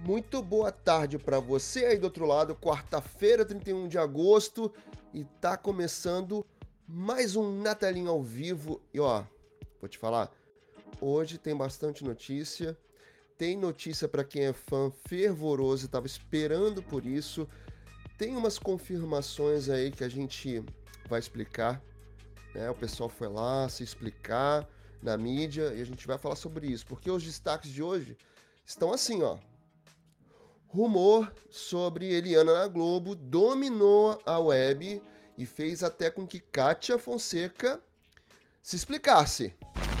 Muito boa tarde para você aí do outro lado, quarta-feira, 31 de agosto, e tá começando mais um Natalinho ao vivo. E ó, vou te falar, hoje tem bastante notícia. Tem notícia para quem é fã fervoroso e tava esperando por isso. Tem umas confirmações aí que a gente vai explicar, né? O pessoal foi lá se explicar na mídia e a gente vai falar sobre isso, porque os destaques de hoje estão assim, ó. Rumor sobre Eliana na Globo dominou a web e fez até com que Kátia Fonseca se explicasse.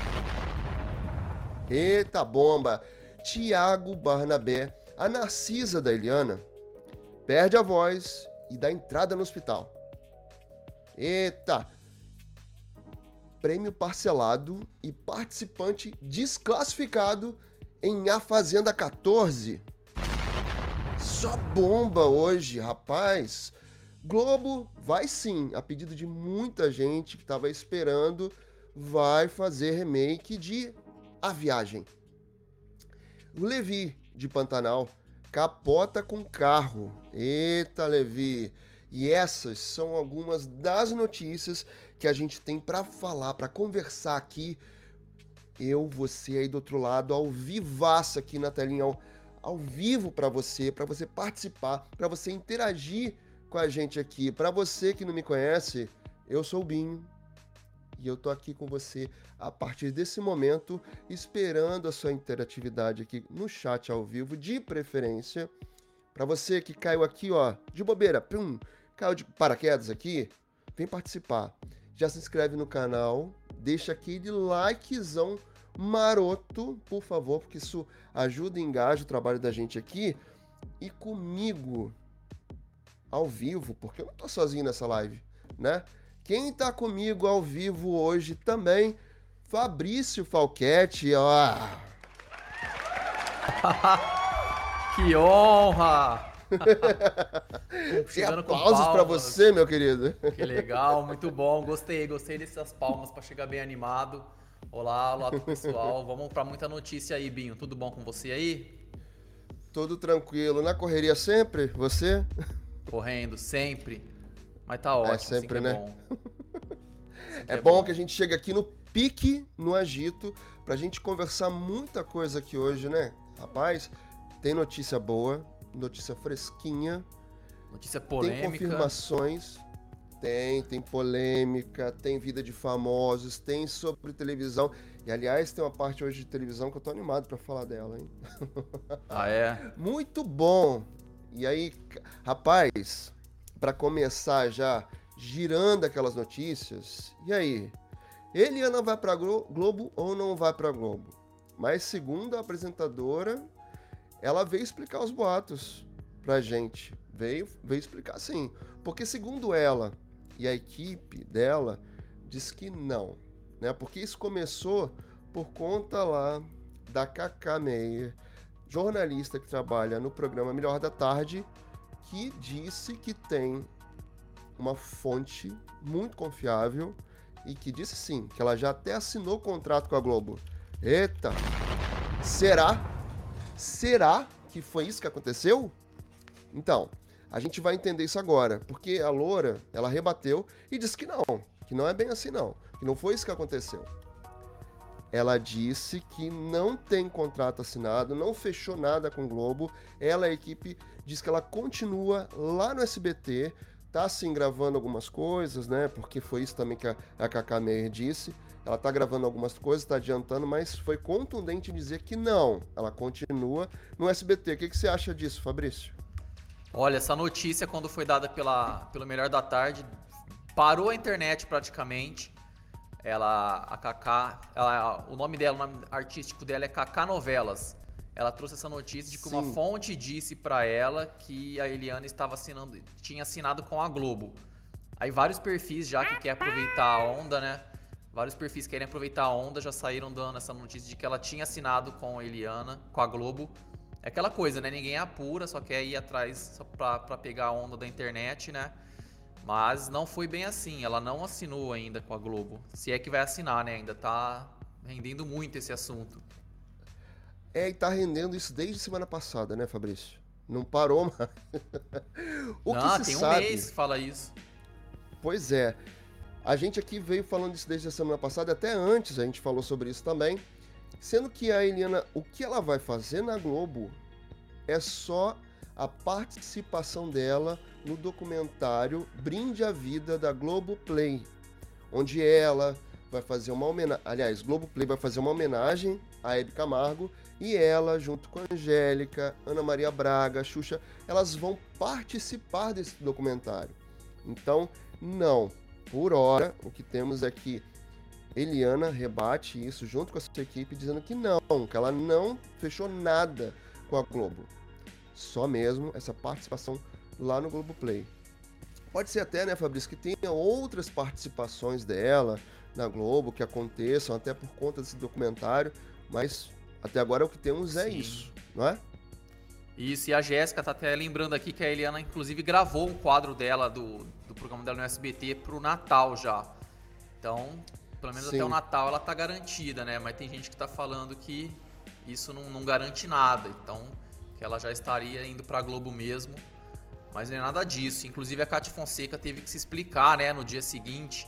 Eita bomba! Tiago Barnabé, a Narcisa da Eliana, perde a voz e dá entrada no hospital. Eita! Prêmio parcelado e participante desclassificado em A Fazenda 14. Só bomba hoje, rapaz. Globo vai sim, a pedido de muita gente que estava esperando, vai fazer remake de A Viagem. O Levi, de Pantanal, capota com carro. Eita, Levi! E essas são algumas das notícias que a gente tem para falar, para conversar aqui. Eu, você aí do outro lado, ao vivaço aqui na telinha, ao vivo para você participar, para você interagir com a gente aqui. Para você que não me conhece, eu sou o Binho e eu tô aqui com você a partir desse momento, esperando a sua interatividade aqui no chat ao vivo, de preferência. Para você que caiu aqui, ó, de bobeira, caiu de paraquedas aqui, vem participar. Já se inscreve no canal, deixa aquele likezão maroto, por favor, porque isso ajuda e engaja o trabalho da gente aqui. E comigo, ao vivo, porque eu não tô sozinho nessa live, né? Quem tá comigo ao vivo hoje também, Fabrício Falquete, ó. Que honra! Sem aplausos para você, meu querido. Que legal, muito bom. Gostei dessas palmas para chegar bem animado. Olá pessoal. Vamos para muita notícia aí, Binho. Tudo bom com você aí? Tudo tranquilo. Na correria sempre? Você? Correndo, sempre. Mas tá ótimo, sempre, assim que né? bom. É bom que a gente chega aqui no pique, no agito, pra gente conversar muita coisa aqui hoje, né? Rapaz, tem notícia boa, notícia fresquinha. Notícia polêmica. Tem confirmações. Tem polêmica, tem vida de famosos, tem sobre televisão. E, aliás, tem uma parte hoje de televisão que eu tô animado pra falar dela, hein? Ah, é? Muito bom! E aí, rapaz, pra começar já girando aquelas notícias, e aí? Eliana vai pra Globo ou não vai pra Globo? Mas, segundo a apresentadora, ela veio explicar os boatos pra gente. Veio explicar sim. Porque, segundo ela e a equipe dela, diz que não, né? Porque isso começou por conta lá da Cacá Meyer, jornalista que trabalha no programa Melhor da Tarde, que disse que tem uma fonte muito confiável e que disse sim, que ela já até assinou contrato com a Globo. Eita! Será? Será que foi isso que aconteceu? Então, a gente vai entender isso agora, porque a Loura, ela rebateu e disse que não é bem assim não, que não foi isso que aconteceu. Ela disse que não tem contrato assinado, não fechou nada com o Globo. Ela, a equipe, diz que ela continua lá no SBT, tá sim gravando algumas coisas, né? Porque foi isso também que a Cacá Meyer disse. Ela tá gravando algumas coisas, tá adiantando, mas foi contundente em dizer que não. Ela continua no SBT. O que você acha disso, Fabrício? Olha, essa notícia, quando foi dada pelo Melhor da Tarde, parou a internet praticamente. A Cacá, o nome dela, o nome artístico dela é Cacá Novelas. Ela trouxe essa notícia de que uma fonte disse pra ela que a Eliana tinha assinado com a Globo. Aí vários perfis já que querem aproveitar a onda, né? Vários perfis que querem aproveitar a onda já saíram dando essa notícia de que ela tinha assinado com a Eliana, com a Globo. É aquela coisa, né? Ninguém apura, só quer ir atrás só pra pegar a onda da internet, né? Mas não foi bem assim, ela não assinou ainda com a Globo. Se é que vai assinar, né? Ainda tá rendendo muito esse assunto. E tá rendendo isso desde semana passada, né, Fabrício? Não parou mais. O que Não, se tem um sabe, mês que fala isso. pois é, a gente aqui veio falando isso desde a semana passada, até antes a gente falou sobre isso também, sendo que a Eliana, o que ela vai fazer na Globo é só a participação dela no documentário Brinde a Vida da Globoplay, onde ela vai fazer uma homenagem, aliás, Globoplay vai fazer uma homenagem a Hebe Camargo, e ela, junto com a Angélica, Ana Maria Braga, Xuxa, elas vão participar desse documentário. Então, não, por hora, o que temos é que Eliana rebate isso junto com a sua equipe, dizendo que ela não fechou nada com a Globo. Só mesmo essa participação lá no Globoplay. Pode ser até, né, Fabrício, que tenha outras participações dela na Globo que aconteçam até por conta desse documentário, mas até agora o que temos é Sim. isso, não é? Isso, e a Jéssica tá até lembrando aqui que a Eliana, inclusive, gravou um quadro dela, do programa dela no SBT, pro Natal já. Então, pelo menos Sim. até o Natal ela tá garantida, né? Mas tem gente que tá falando que isso não garante nada. Então, que ela já estaria indo pra Globo mesmo. Mas não é nada disso. Inclusive, a Cátia Fonseca teve que se explicar, né? No dia seguinte.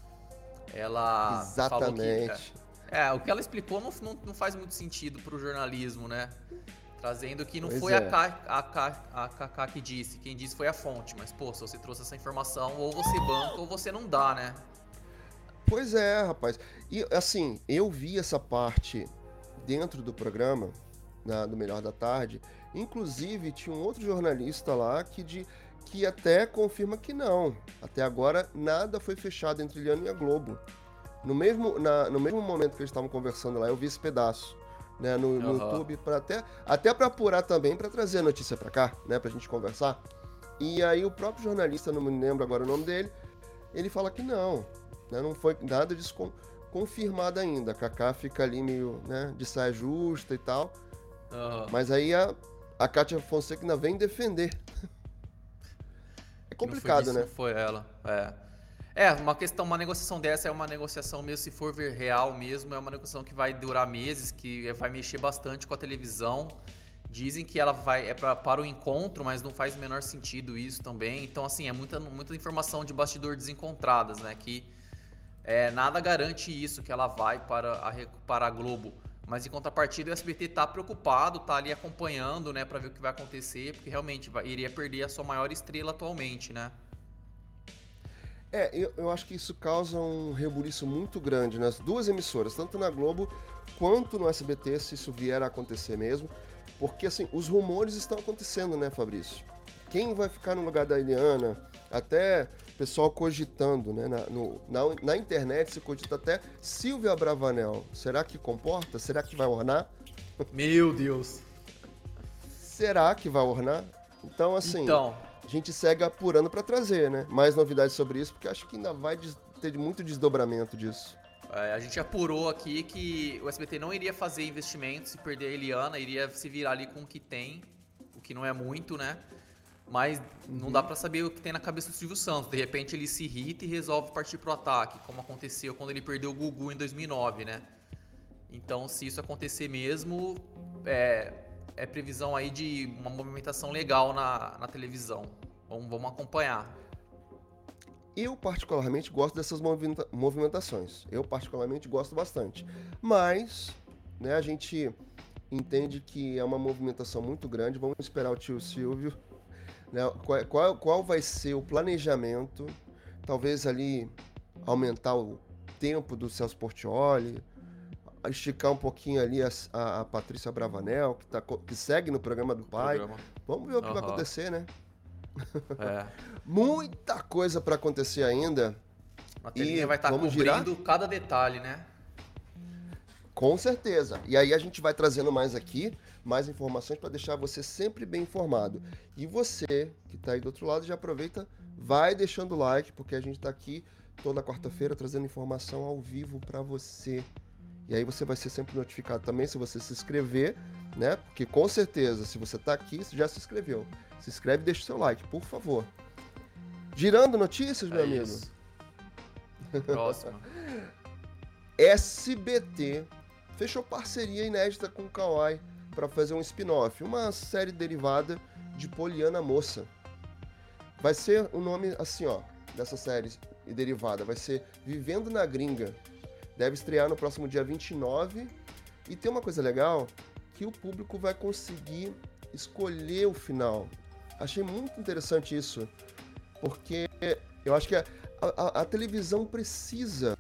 Ela falou que... Exatamente. o que ela explicou não faz muito sentido pro jornalismo, né? Trazendo que não Pois foi é. a Kaká que disse, quem disse foi a fonte. Mas, pô, se você trouxe essa informação, ou você banca ou você não dá, né? Pois é, rapaz. E assim, eu vi essa parte dentro do programa, do Melhor da Tarde. Inclusive, tinha um outro jornalista lá que até confirma que não. Até agora, nada foi fechado entre Eliana e a Globo. No mesmo momento que eles estavam conversando lá, eu vi esse pedaço, né, no YouTube, até para apurar também, para trazer a notícia para cá, né, pra gente conversar. E aí o próprio jornalista, não me lembro agora o nome dele, ele fala que não, né, não foi nada disso confirmado ainda. A Kaká fica ali meio, né, de saia justa e tal. Mas aí a Cátia Fonseca ainda vem defender. É complicado, né? Não foi ela. Uma negociação dessa é uma negociação mesmo, se for ver real mesmo, é uma negociação que vai durar meses, que vai mexer bastante com a televisão. Dizem que ela para o encontro, mas não faz o menor sentido isso também. Então, assim, é muita informação de bastidor desencontradas, né? Que nada garante isso, que ela vai para a Globo. Mas em contrapartida, o SBT tá preocupado, tá ali acompanhando, né, para ver o que vai acontecer, porque realmente iria perder a sua maior estrela atualmente, né? Eu acho que isso causa um rebuliço muito grande nas duas emissoras, tanto na Globo quanto no SBT, se isso vier a acontecer mesmo. Porque, assim, os rumores estão acontecendo, né, Fabrício? Quem vai ficar no lugar da Eliana? Até pessoal cogitando, né? Na internet se cogita até Silvia Abravanel. Será que comporta? Será que vai ornar? Meu Deus! Será que vai ornar? Então, assim, a gente segue apurando para trazer, né? Mais novidades sobre isso, porque acho que ainda vai ter muito desdobramento disso. A gente apurou aqui que o SBT não iria fazer investimentos se perder a Eliana, iria se virar ali com o que tem, o que não é muito, né? Mas não dá pra saber o que tem na cabeça do Silvio Santos. De repente ele se irrita e resolve partir pro ataque, como aconteceu quando ele perdeu o Gugu em 2009, né? Então, se isso acontecer mesmo, é previsão aí de uma movimentação legal na televisão. Vamos acompanhar. Eu particularmente gosto dessas movimentações. Eu particularmente gosto bastante. Mas, né, a gente entende que é uma movimentação muito grande. Vamos esperar o tio Silvio, né? Qual vai ser o planejamento? Talvez ali aumentar o tempo do Celso Portiolli, esticar um pouquinho ali a Patrícia Bravanel, que segue no programa do pai. Vamos ver o que vai acontecer, né? Muita coisa para acontecer ainda. A telinha vai estar cobrindo cada detalhe, né? Com certeza. E aí a gente vai trazendo mais aqui, mais informações para deixar você sempre bem informado. E você que está aí do outro lado já aproveita, vai deixando o like, porque a gente está aqui toda quarta-feira trazendo informação ao vivo para você. E aí você vai ser sempre notificado também se você se inscrever, né? Porque com certeza, se você está aqui, você já se inscreveu. Se inscreve e deixa o seu like, por favor. Girando notícias, meu amigo. Próximo. SBT fechou parceria inédita com o Kawai para fazer um spin-off, uma série derivada de Poliana Moça. Vai ser o nome assim, ó, dessa série derivada, vai ser Vivendo na Gringa. Deve estrear no próximo dia 29 e tem uma coisa legal, que o público vai conseguir escolher o final. Achei muito interessante isso, porque eu acho que a televisão precisa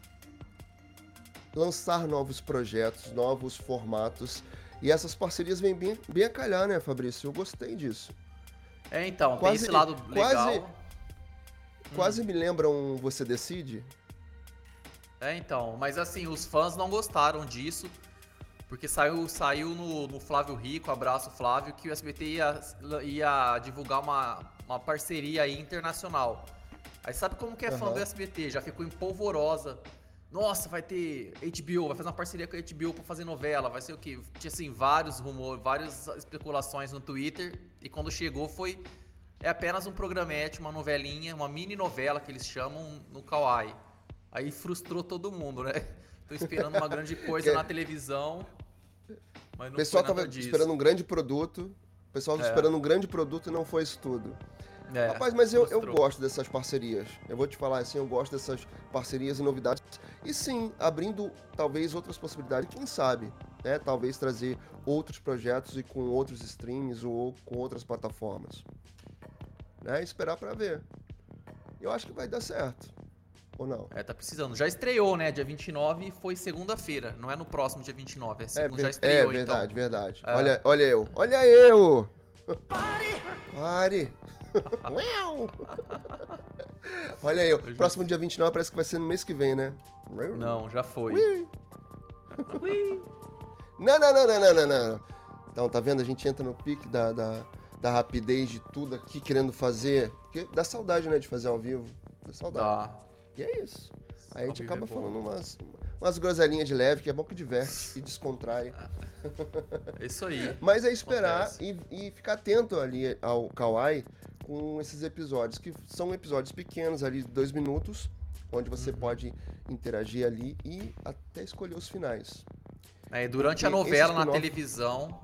lançar novos projetos, novos formatos, e essas parcerias vêm bem a calhar, né, Fabrício? Eu gostei disso. Então, tem esse lado legal. Quase me lembra um Você Decide. Então, mas assim, os fãs não gostaram disso, porque saiu no Flávio Rico, abraço Flávio, que o SBT ia divulgar uma parceria aí internacional. Aí sabe como que é fã do SBT? Já ficou empolvorosa. Nossa, vai ter HBO, vai fazer uma parceria com a HBO pra fazer novela, vai ser o quê? Tinha assim, vários rumores, várias especulações no Twitter, e quando chegou é apenas um programete, uma novelinha, uma mini novela que eles chamam no Kawaii. Aí frustrou todo mundo, né? Tô esperando uma grande coisa na televisão, mas não o pessoal foi nada tava disso. esperando um grande produto, o pessoal tava esperando um grande produto e não foi isso tudo. Rapaz, mas eu gosto dessas parcerias. Eu vou te falar assim, eu gosto dessas parcerias e novidades. E sim, abrindo talvez outras possibilidades, quem sabe, né? Talvez trazer outros projetos e com outros streams ou com outras plataformas. Né? Esperar pra ver. Eu acho que vai dar certo. Ou não? Tá precisando. Já estreou, né? Dia 29 foi segunda-feira. Não é no próximo dia 29, já estreou, verdade, então. verdade. Olha eu! Olha eu! Pare! Olha aí, o próximo dia 29 parece que vai ser no mês que vem, né? Não, já foi. Não. Então, tá vendo? A gente entra no pique da rapidez de tudo aqui, querendo fazer. Porque dá saudade, né, de fazer ao vivo. Dá saudade. E é isso. Aí a gente acaba falando umas groselinhas de leve, que é bom que diverte e descontrai. É isso aí. Mas é esperar e ficar atento ali ao Kawaii com esses episódios, que são episódios pequenos ali, de 2 minutos, onde você pode interagir ali e até escolher os finais. Durante a novela na televisão,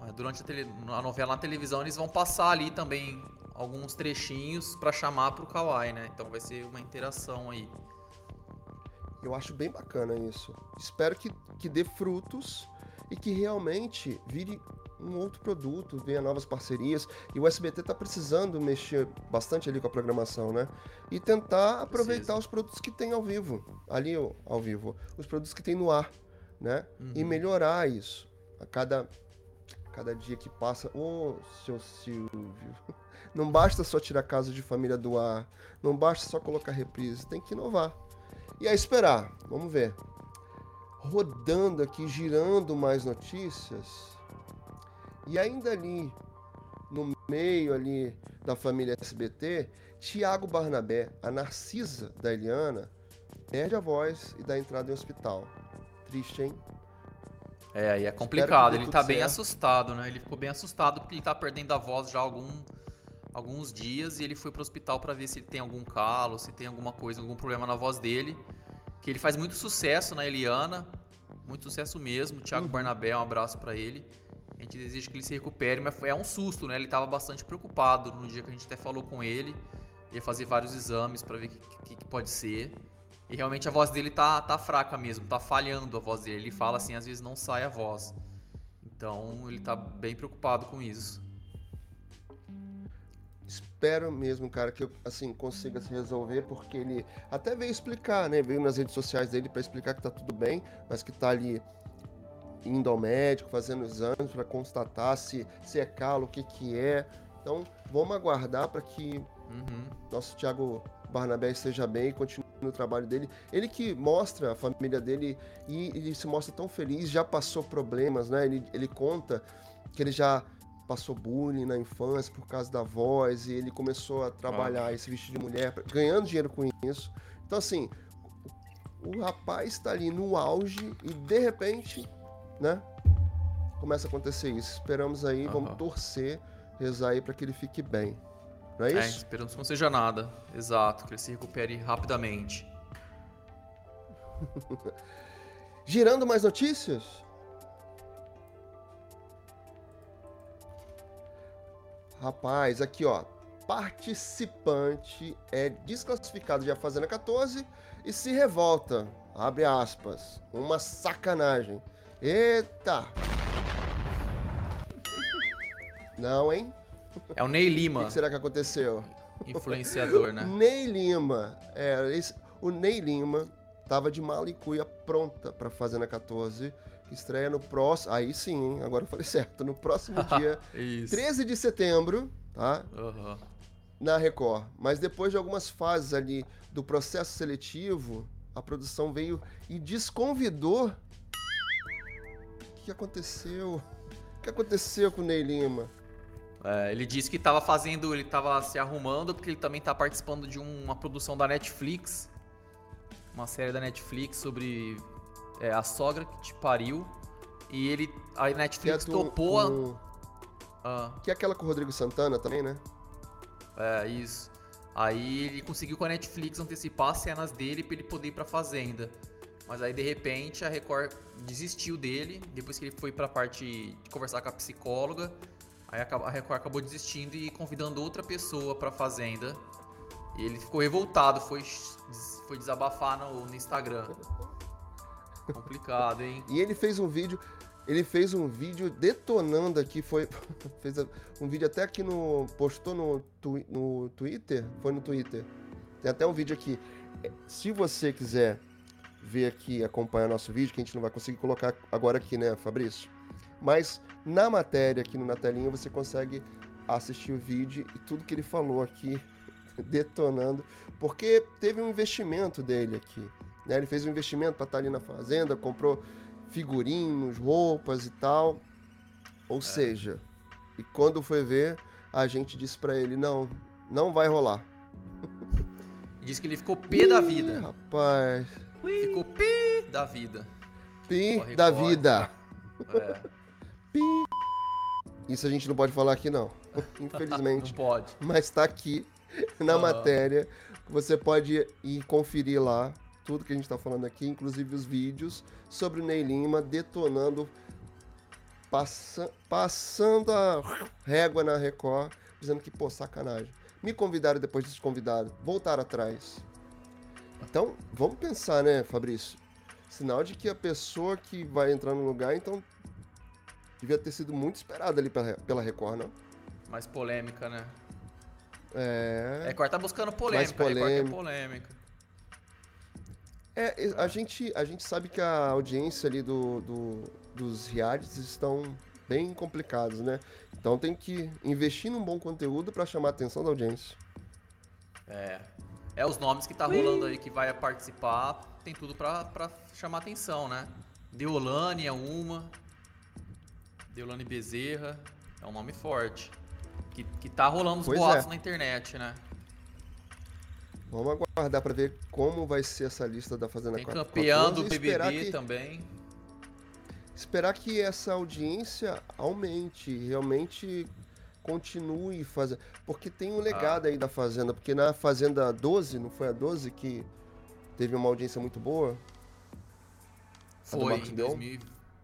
eles vão passar ali também alguns trechinhos pra chamar pro Kawaii, né? Então vai ser uma interação aí. Eu acho bem bacana isso. Espero que dê frutos e que realmente vire um outro produto, venha novas parcerias. E o SBT tá precisando mexer bastante ali com a programação, né? E tentar aproveitar os produtos que tem ao vivo, os produtos que tem no ar, né? E melhorar isso. A cada dia que passa, seu Silvio, não basta só tirar Casa de Família do ar, não basta só colocar reprise, tem que inovar. E é esperar, vamos ver. Rodando aqui, girando mais notícias. E ainda ali, no meio ali da família SBT, Thiago Barnabé, a Narcisa da Eliana, perde a voz e dá entrada em hospital. Triste, hein? Aí é complicado. Ele tá bem assustado, né? Ele ficou bem assustado porque ele tá perdendo a voz já há alguns dias e ele foi pro hospital pra ver se ele tem algum calo, se tem alguma coisa, algum problema na voz dele. Que ele faz muito sucesso na Eliana, muito sucesso mesmo. Thiago Barnabé, um abraço pra ele. A gente deseja que ele se recupere, mas é um susto, né? Ele tava bastante preocupado no dia que a gente até falou com ele. Ia fazer vários exames pra ver o que pode ser. E realmente a voz dele tá fraca mesmo, tá falhando a voz dele. Ele fala assim, às vezes não sai a voz. Então ele tá bem preocupado com isso. Espero mesmo, cara, que eu consiga se resolver, porque ele até veio explicar, né? Veio nas redes sociais dele para explicar que tá tudo bem, mas que tá ali indo ao médico, fazendo exames para constatar se é calo, o que é. Então, vamos aguardar para que nosso Thiago Barnabé esteja bem e continue no trabalho dele. Ele que mostra a família dele e ele se mostra tão feliz, já passou problemas, né? Ele conta que ele já passou bullying na infância por causa da voz e ele começou a trabalhar esse vestido de mulher, ganhando dinheiro com isso. Então, assim, o rapaz está ali no auge e, de repente, né, começa a acontecer isso. Esperamos aí, vamos torcer, rezar aí para que ele fique bem. Não é isso? Esperamos que não seja nada. Exato, que ele se recupere rapidamente. Girando mais notícias? Rapaz, aqui ó, participante é desclassificado de A Fazenda 14 e se revolta, abre aspas, uma sacanagem. Eita! Não, hein? É o Ney O Lima, que será que aconteceu? influenciador, né? Ney Lima, o Ney Lima tava de mala e cuia pronta pra Fazenda 14, que estreia no próximo, aí sim, hein? Agora eu falei certo, no próximo dia Isso. 13 de setembro, tá? Uhum. Na Record. Mas depois de algumas fases ali do processo seletivo, a produção veio e desconvidou. O que aconteceu? O que aconteceu com o Ney Lima? Ele disse que ele tava se arrumando porque ele também tá participando de uma produção da Netflix, uma série da Netflix sobre a sogra que te pariu. E a Netflix topou. Que é aquela com o Rodrigo Santana também, né? Isso. Aí ele conseguiu com a Netflix antecipar as cenas dele pra ele poder ir pra Fazenda. Mas aí de repente a Record desistiu dele, depois que ele foi pra parte de conversar com a psicóloga. Aí a Record acabou desistindo e convidando outra pessoa pra Fazenda. E ele ficou revoltado, foi desabafar no Instagram. Complicado, hein? E ele fez um vídeo detonando aqui, fez um vídeo até aqui postou no Twitter, foi no Twitter. Tem até um vídeo aqui. Se você quiser ver aqui, acompanhar nosso vídeo, que a gente não vai conseguir colocar agora aqui, né, Fabrício? Mas na matéria aqui na telinha você consegue assistir o vídeo e tudo que ele falou aqui detonando, porque teve um investimento dele aqui, né? Ele fez um investimento para estar ali na Fazenda, comprou figurinos, roupas e tal. Ou seja, e quando foi ver, a gente disse para ele, não vai rolar. Diz que ele ficou pé da vida. Rapaz. Ficou pé da vida. Pi da vida. Pi. Isso a gente não pode falar aqui, não. Infelizmente. Não pode. Mas tá aqui na matéria. Você pode ir conferir lá tudo que a gente tá falando aqui, inclusive os vídeos sobre o Ney Lima detonando, passando a régua na Record, dizendo que, pô, sacanagem. Me convidaram depois de desconvidado, voltaram atrás. Então, vamos pensar, né, Fabrício? Sinal de que a pessoa que vai entrar no lugar, então, devia ter sido muito esperada ali pela Record, não? Mais polêmica, né? A Record tá buscando polêmica, mais polêmica. Record quer polêmica. A gente sabe que a audiência ali dos realities estão bem complicados, né? Então tem que investir num bom conteúdo para chamar a atenção da audiência. Os nomes que tá rolando aí que vai participar, tem tudo pra chamar atenção, né? Deolane é uma. Deolane Bezerra é um nome forte. Que tá rolando os boatos na internet, né? Vamos aguardar para ver como vai ser essa lista da Fazenda 14. Tem campeão do BBB também. Esperar que essa audiência aumente, realmente continue fazendo. Porque tem um legado aí da Fazenda. Porque na Fazenda 12, não foi a 12 que teve uma audiência muito boa? Foi, em 2000.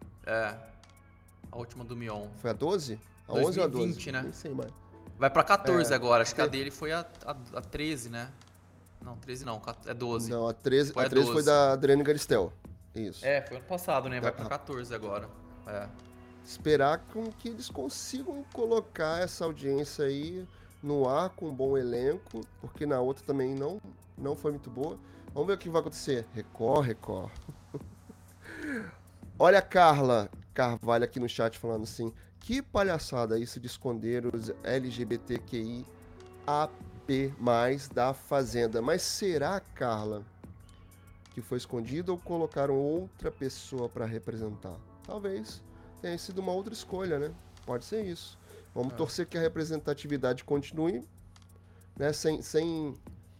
A última do Mion. Foi a 12? A 2020, 11 ou a 12? né? Nem sei mais. Vai pra 14 agora. Acho que a dele foi a 13, né? Não, 13 não. É 12. Não, a 13 foi, 12. Foi da Adriane Galisteu. Isso. Foi ano passado, né? Vai pra 14 agora. Esperar com que eles consigam colocar essa audiência aí no ar com um bom elenco, porque na outra também não foi muito boa. Vamos ver o que vai acontecer. Record. Olha a Carla Carvalho aqui no chat falando assim, que palhaçada isso de esconder os LGBTQI AP+, da Fazenda. Mas será, Carla, que foi escondido ou colocaram outra pessoa para representar? Talvez tenha sido uma outra escolha, né? Pode ser isso. Vamos torcer que a representatividade continue, né? Sem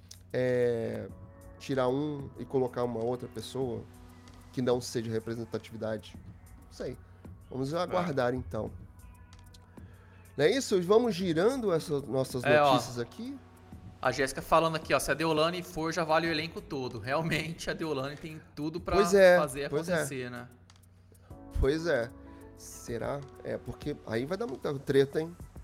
tirar um e colocar uma outra pessoa que não seja representatividade. Não sei. Vamos aguardar então. Não é isso? Vamos girando essas nossas notícias aqui. A Jéssica falando aqui, se a Deolane for, já vale o elenco todo. Realmente, a Deolane tem tudo pra fazer acontecer, né? Pois é. Será? Porque aí vai dar muita treta, hein?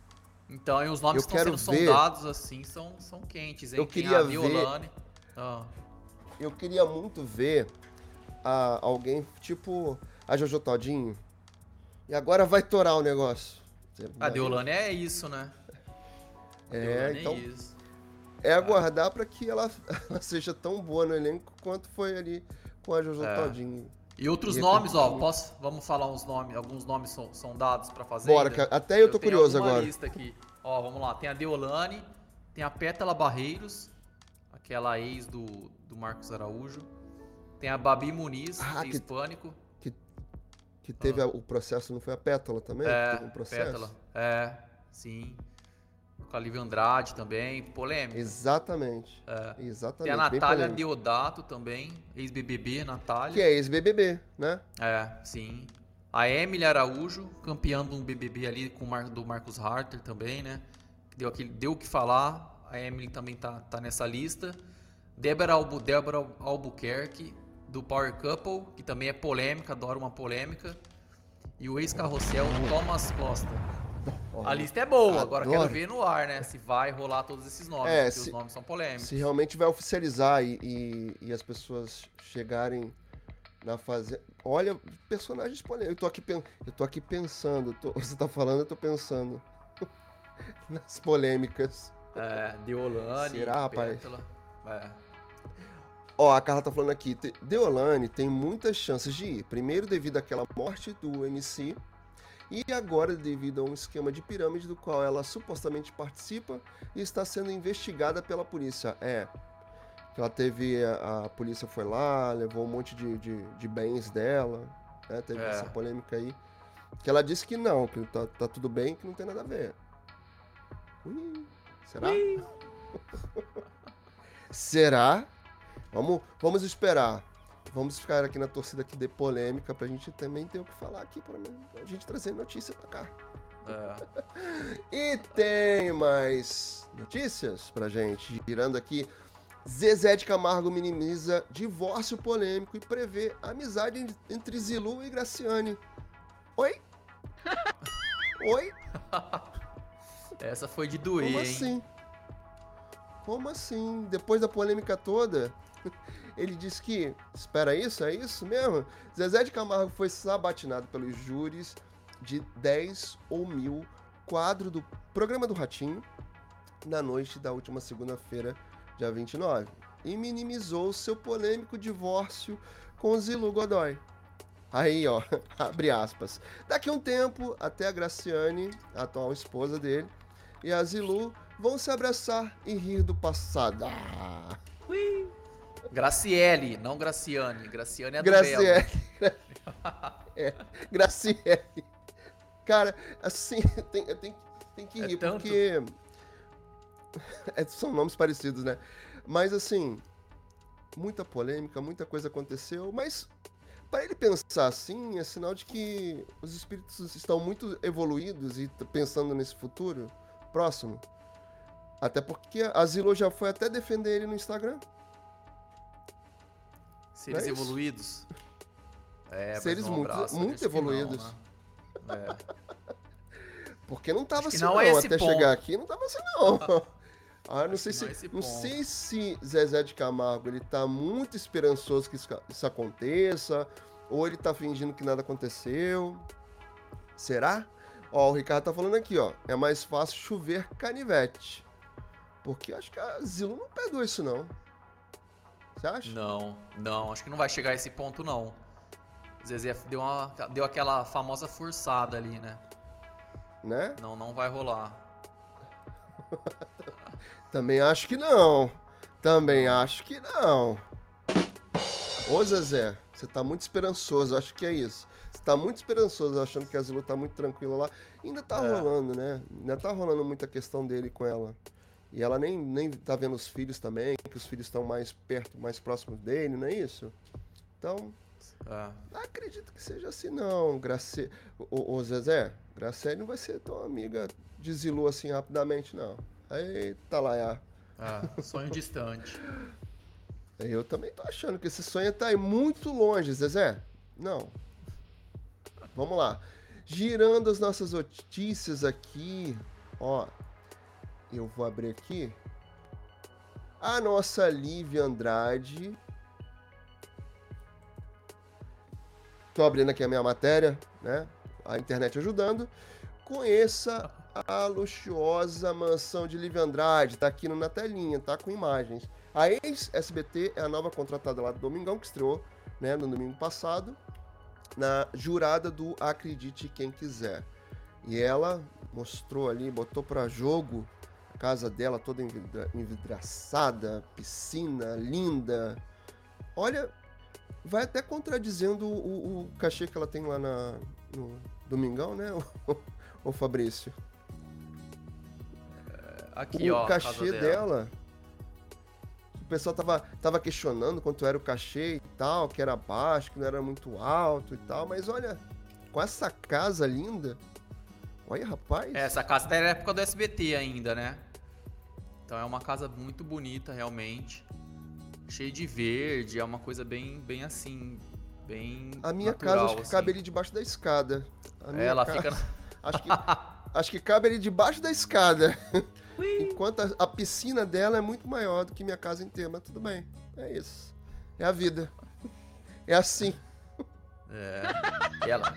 Então, e os nomes Eu que estão quero sendo ver. sondados, assim, são quentes, hein? Eu Tem queria a ver. Deolane. Ah, Eu queria muito ver alguém tipo a Jojo Todinho. E agora vai torar o negócio. Você a já viu? Deolane é isso, né? A É, Deolane é então isso. é aguardar pra que ela seja tão boa no elenco quanto foi ali com a Jojo É. Todinho. E outros Ia nomes, curtir ó, muito. vamos falar uns nomes, alguns nomes sondados pra Bora, Fazenda? até eu tô Tenho curioso alguma agora. lista aqui. Ó, vamos lá, tem a Deolane, tem a Pétala Barreiros, aquela ex do Marcos Araújo. Tem a Babi Muniz, Ah, ex-Pânico. que, que teve o processo, não foi a Pétala também? Que teve um processo? Pétala. Sim. Com a Lívia Andrade também, polêmica. Exatamente. Tem a Exatamente, bem Natália polêmico. Deodato também, ex-BBB, Que Natália. é ex-BBB, né? Sim. A Emily Araújo, campeã de um BBB ali do Marcos Harter também, né? Deu o que falar. A Emily também tá nessa lista. Débora Albuquerque, do Power Couple, que também é polêmica, adora uma polêmica. E o ex-carrossel Thomas Costa. A lista é boa, agora adoro. quero ver no ar, né? Se vai rolar todos esses nomes, porque os nomes são polêmicos. Se realmente vai oficializar e as pessoas chegarem na fazenda. Olha, personagens polêmicos. Eu tô aqui pensando. Você tá falando, eu tô pensando. Nas polêmicas. Deolane, Será, rapaz? Pétala. Ó, a Carla tá falando aqui. Deolane tem muitas chances de ir. Primeiro, devido àquela morte do MC. E agora, devido a um esquema de pirâmide do qual ela supostamente participa e está sendo investigada pela polícia. Que ela teve. A polícia foi lá, levou um monte de bens dela. Né? Teve essa polêmica aí. Que ela disse que não, que tá tudo bem, que não tem nada a ver. Será? Será? Vamos esperar. Vamos ficar aqui na torcida que dê polêmica pra gente também ter o que falar aqui, pra gente trazer notícia pra cá. E tem mais notícias pra gente, girando aqui. Zezé de Camargo minimiza divórcio polêmico e prevê amizade entre Zilu e Graciane. Oi? Oi? Essa foi de doer, Como hein? assim? Como assim? Depois da polêmica toda, ele disse que... Espera isso? É isso mesmo? Zezé de Camargo foi sabatinado pelos júris de 10 ou 1000, quadro do Programa do Ratinho, na noite da última segunda-feira, dia 29, e minimizou seu polêmico divórcio com Zilu Godoy. Aí, ó, abre aspas. Daqui a um tempo, até a Graciane, a atual esposa dele, e a Zilu vão se abraçar e rir do passado. Graciele, não Graciane. Graciane é a do Graciele. Belo. Graciele. Cara, assim, tem que rir, tanto. porque são nomes parecidos, né? Mas, assim, muita polêmica, muita coisa aconteceu, mas para ele pensar assim, é sinal de que os espíritos estão muito evoluídos e pensando nesse futuro próximo. Até porque a Zilu já foi até defender ele no Instagram. Seres Não é isso? evoluídos. Seres mas um abraço, muito acho que evoluídos. Não, né? Porque não tava Acho que assim, não não. é esse Até ponto. chegar aqui, não tava assim, não. Não sei que não é esse não ponto. sei se Zezé de Camargo ele tá muito esperançoso que isso aconteça, ou ele tá fingindo que nada aconteceu. Será? Ó, o Ricardo tá falando aqui, ó. É mais fácil chover canivete. Porque acho que a Zilu não perdoa isso, não. Você acha? Não, acho que não vai chegar a esse ponto, não. Zezé deu aquela famosa forçada ali, né? Né? Não vai rolar. Também acho que não. Também acho que não. Ô, Zezé, você tá muito esperançoso, acho que é isso. Você tá muito esperançoso, achando que a Zilu tá muito tranquila lá. Ainda tá rolando, né? Ainda tá rolando muita questão dele com ela. E ela nem tá vendo os filhos também, que os filhos estão mais perto, mais próximos dele, não é isso? Então, não acredito que seja assim, não. Ô, Zezé, Graciele não vai ser tão amiga de Zilu assim rapidamente, não. Eita lá, sonho distante. Eu também tô achando que esse sonho tá aí muito longe, Zezé. Não. Vamos lá. Girando as nossas notícias aqui. Ó, eu vou abrir aqui. A nossa Lívia Andrade. Tô abrindo aqui a minha matéria, né? A internet ajudando. Conheça a luxuosa mansão de Lívia Andrade. Tá aqui na telinha, tá com imagens. A ex-SBT é a nova contratada lá do Domingão, que estreou, né, no domingo passado, na jurada do Acredite Quem Quiser. E ela mostrou ali, botou pra jogo a casa dela toda envidraçada, piscina linda. Olha, vai até contradizendo o cachê que ela tem lá no Domingão, né, o Fabrício? Aqui, O ó, a cachê casa dela. dela, o pessoal tava questionando quanto era o cachê e tal, que era baixo, que não era muito alto e tal, mas olha, com essa casa linda, olha, rapaz. Essa casa tá na época do SBT ainda, né? Então é uma casa muito bonita, realmente. Cheia de verde, é uma coisa bem assim, bem A minha natural, casa acho que assim. cabe ali debaixo da escada. A minha Ela casa, fica... acho que cabe ali debaixo da escada. Enquanto a piscina dela é muito maior do que minha casa inteira, mas tudo bem. É isso. É a vida. É assim. E ela...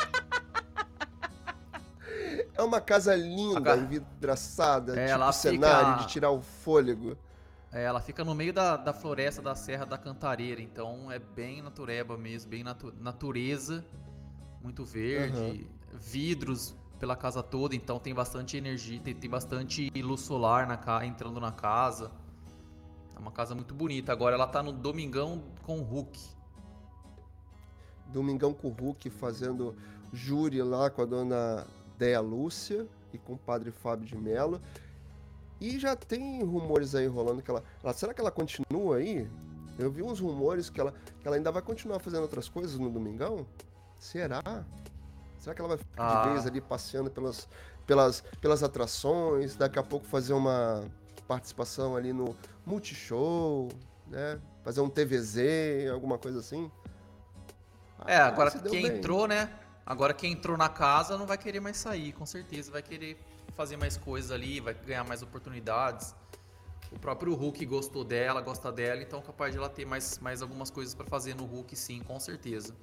É uma casa linda, Agora- envidraçada, tipo ela cenário fica- de tirar o fôlego. Ela fica no meio da floresta da Serra da Cantareira, então é bem natureba mesmo, bem natureza, muito verde, vidros pela casa toda, então tem bastante energia, tem bastante luz solar entrando na casa. É uma casa muito bonita. Agora ela tá no Domingão com o Hulk. Domingão com o Hulk fazendo júri lá com a dona Déia Lúcia e com o padre Fábio de Mello. E já tem rumores aí rolando que será que ela continua aí? Eu vi uns rumores que ela ainda vai continuar fazendo outras coisas no Domingão? Será? Será que ela vai ficar de vez ali passeando pelas atrações? Daqui a pouco fazer uma participação ali no Multishow, né? Fazer um TVZ, alguma coisa assim? Agora se deu quem bem. entrou, né? Agora quem entrou na casa não vai querer mais sair, com certeza. Vai querer fazer mais coisas ali, vai ganhar mais oportunidades. O próprio Hulk gostou dela, gosta dela, então capaz de ela ter mais algumas coisas pra fazer no Hulk, sim, com certeza.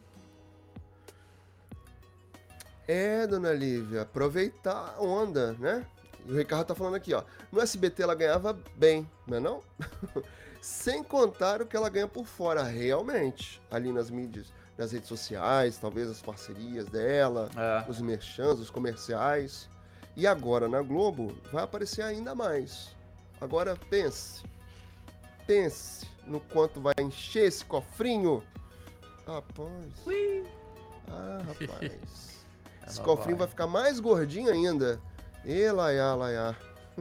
Dona Lívia, aproveitar a onda, né? E o Ricardo tá falando aqui, ó. No SBT ela ganhava bem, não é não? Sem contar o que ela ganha por fora, realmente. Ali nas mídias, nas redes sociais, talvez as parcerias dela, os merchans, os comerciais. E agora na Globo vai aparecer ainda mais. Agora pense no quanto vai encher esse cofrinho. Rapaz. Rapaz. Esse cofrinho vai ficar mais gordinho ainda. E laiá.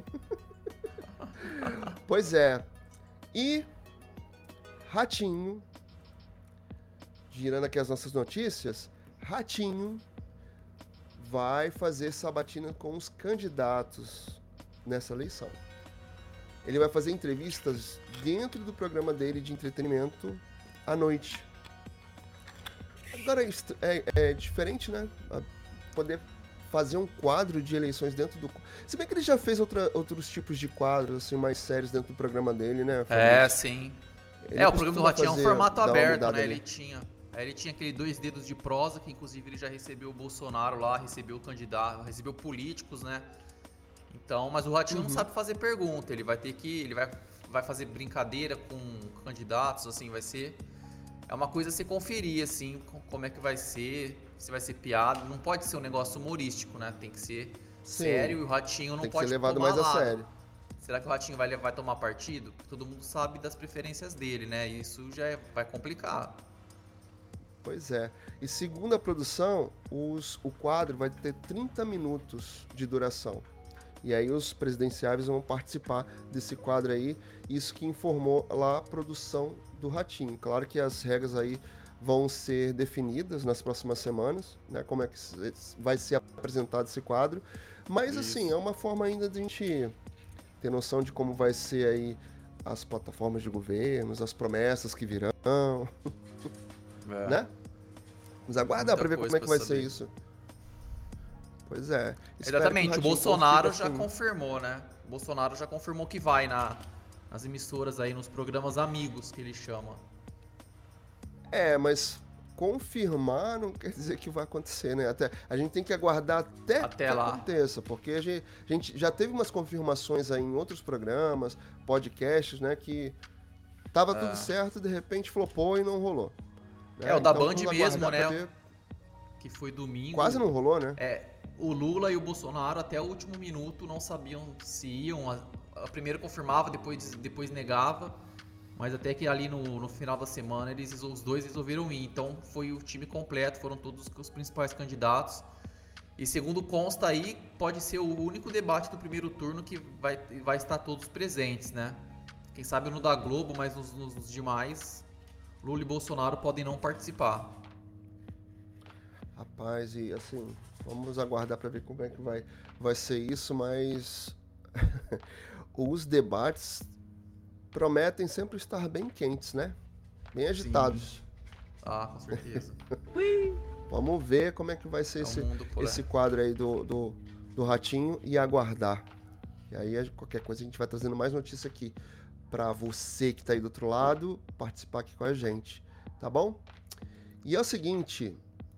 Pois é. E Ratinho, girando aqui as nossas notícias, Ratinho vai fazer sabatina com os candidatos nessa eleição. Ele vai fazer entrevistas dentro do programa dele de entretenimento à noite. Agora é diferente, né? Poder fazer um quadro de eleições dentro do... Se bem que ele já fez outros tipos de quadros assim, mais sérios dentro do programa dele, né? Sim. Ele O programa do Ratinho é um formato dar uma aberto, mudada né? ali. Ele tinha aquele 2 dedos de prosa, que inclusive ele já recebeu o Bolsonaro lá, recebeu o candidato, recebeu políticos, né? Então, mas o Ratinho não sabe fazer pergunta, ele vai fazer brincadeira com candidatos, assim, é uma coisa a se conferir, assim, como é que vai ser, se vai ser piada, não pode ser um negócio humorístico, né? Tem que ser sério e o Ratinho não Tem que pode ser levado tomar mais a lado. sério. Será que o Ratinho vai tomar partido? Porque todo mundo sabe das preferências dele, né? E isso já vai complicar. Pois é. E segundo a produção, o quadro vai ter 30 minutos de duração. E aí os presidenciáveis vão participar desse quadro aí. Isso que informou lá a produção do Ratinho. Claro que as regras aí vão ser definidas nas próximas semanas, né? Como é que vai ser apresentado esse quadro. Mas assim, é uma forma ainda de a gente ter noção de como vai ser aí as plataformas de governos, as promessas que virão, né? Vamos aguardar para ver como é que vai ser isso. Pois é. Espero que Exatamente, o Ratinho Bolsonaro consiga, já assim, confirmou, né? O Bolsonaro já confirmou que vai nas emissoras aí, nos programas amigos que ele chama. mas confirmar não quer dizer que vai acontecer, né? Até, a gente tem que aguardar até que Até lá. aconteça, porque a gente já teve umas confirmações aí em outros programas, podcasts, né? Que tava tudo certo, de repente flopou e não rolou. Né? O da Então Band vamos mesmo, aguardar pra né? ver. Que foi domingo. Quase não rolou, né? O Lula e o Bolsonaro até o último minuto não sabiam se iam. A primeira confirmava, depois negava. Mas até que ali no final da semana os dois resolveram ir. Então foi o time completo, foram todos os principais candidatos. E segundo consta aí, pode ser o único debate do primeiro turno que vai estar todos presentes, né? Quem sabe no da Globo, mas nos demais, Lula e Bolsonaro podem não participar. Rapaz, e assim, vamos aguardar para ver como é que vai ser isso, mas os debates prometem sempre estar bem quentes, né? Bem agitados. Sim. Ah, com certeza. Vamos ver como é que vai ser esse quadro aí do Ratinho e aguardar. E aí, qualquer coisa, a gente vai trazendo mais notícia aqui para você que tá aí do outro lado participar aqui com a gente, tá bom? E é o seguinte,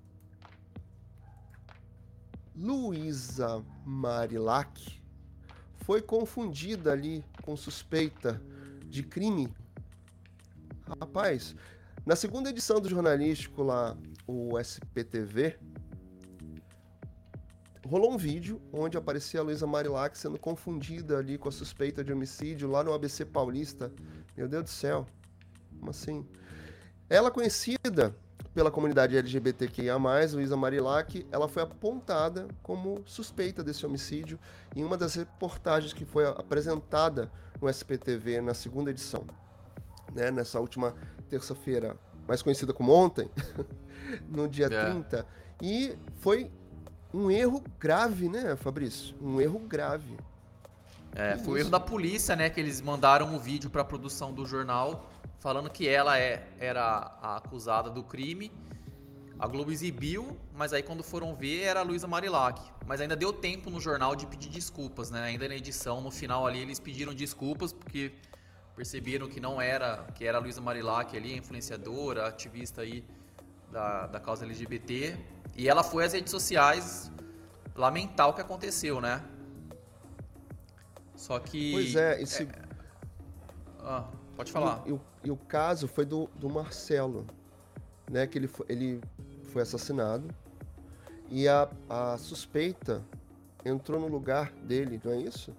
Luísa Marilac foi confundida ali com suspeita de crime. Rapaz, na segunda edição do jornalístico lá, o SPTV, rolou um vídeo onde aparecia a Luísa Marilac sendo confundida ali com a suspeita de homicídio lá no ABC Paulista. Meu Deus do céu, como assim? Ela conhecida pela comunidade LGBTQIA+, Luísa Marilac, ela foi apontada como suspeita desse homicídio em uma das reportagens que foi apresentada no SPTV na segunda edição, né, nessa última terça-feira, mais conhecida como ontem, no dia 30, e foi um erro grave, né, Fabrício? Um erro grave. Foi o erro da polícia, né, que eles mandaram o vídeo para a produção do jornal, falando que ela era a acusada do crime. A Globo exibiu, mas aí quando foram ver era a Luísa Marilac. Mas ainda deu tempo no jornal de pedir desculpas, né? Ainda na edição, no final ali, eles pediram desculpas porque perceberam que não era, que era a Luísa Marilac ali, a influenciadora, ativista aí da causa LGBT. E ela foi às redes sociais lamentar o que aconteceu, né? Só que... Pois é, pode falar. E o caso foi do Marcelo, né? Que ele foi assassinado e a suspeita entrou no lugar dele, não é isso?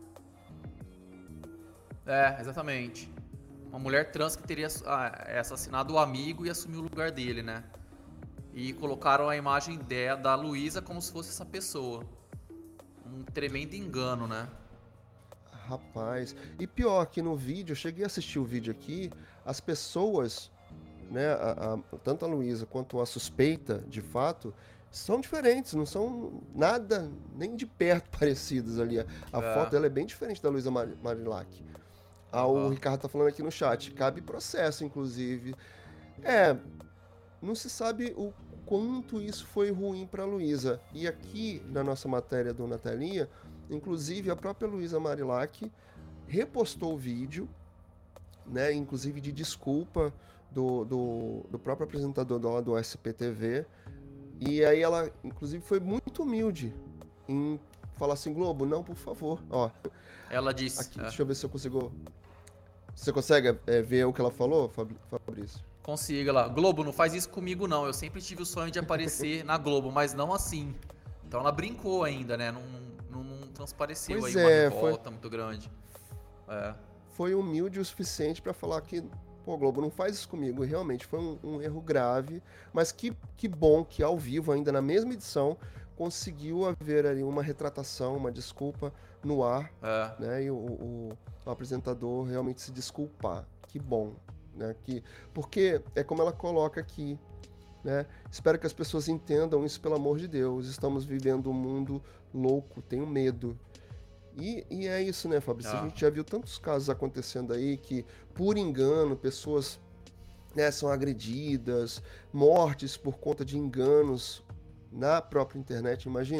Exatamente. Uma mulher trans que teria assassinado o amigo e assumiu o lugar dele, né? E colocaram a imagem da Luísa como se fosse essa pessoa. Um tremendo engano, né? Rapaz, e pior que no vídeo, eu cheguei a assistir o vídeo aqui, as pessoas, né, tanto a Luísa quanto a suspeita, de fato, são diferentes, não são nada nem de perto parecidas ali. A foto dela é bem diferente da Luísa Marilac. O Ricardo tá falando aqui no chat, cabe processo, inclusive. Não se sabe o quanto isso foi ruim para a Luísa. E aqui, na nossa matéria do Na Telinha, inclusive a própria Luísa Marilac repostou o vídeo, né, inclusive de desculpa do próprio apresentador lá do SPTV. E aí ela, inclusive, foi muito humilde em falar assim, Globo, não, por favor. Ó, ela disse... Aqui, deixa eu ver se eu consigo... Você consegue ver o que ela falou, Fabrício? Consiga lá. Globo, não faz isso comigo não. Eu sempre tive o sonho de aparecer na Globo, mas não assim. Então ela brincou ainda, né? Não transpareceu Pois aí uma revolta muito grande. Foi humilde o suficiente para falar que, pô, Globo, não faz isso comigo. E realmente foi um erro grave, mas que bom que ao vivo, ainda na mesma edição, conseguiu haver ali uma retratação, uma desculpa no ar, né? E o apresentador realmente se desculpar. Que bom, né? Porque é como ela coloca aqui, né? Espero que as pessoas entendam isso, pelo amor de Deus. Estamos vivendo um mundo louco, tenho medo. E é isso, né, Fabrício? A gente já viu tantos casos acontecendo aí que, por engano, pessoas, né, são agredidas, mortes por conta de enganos na própria internet, imagina.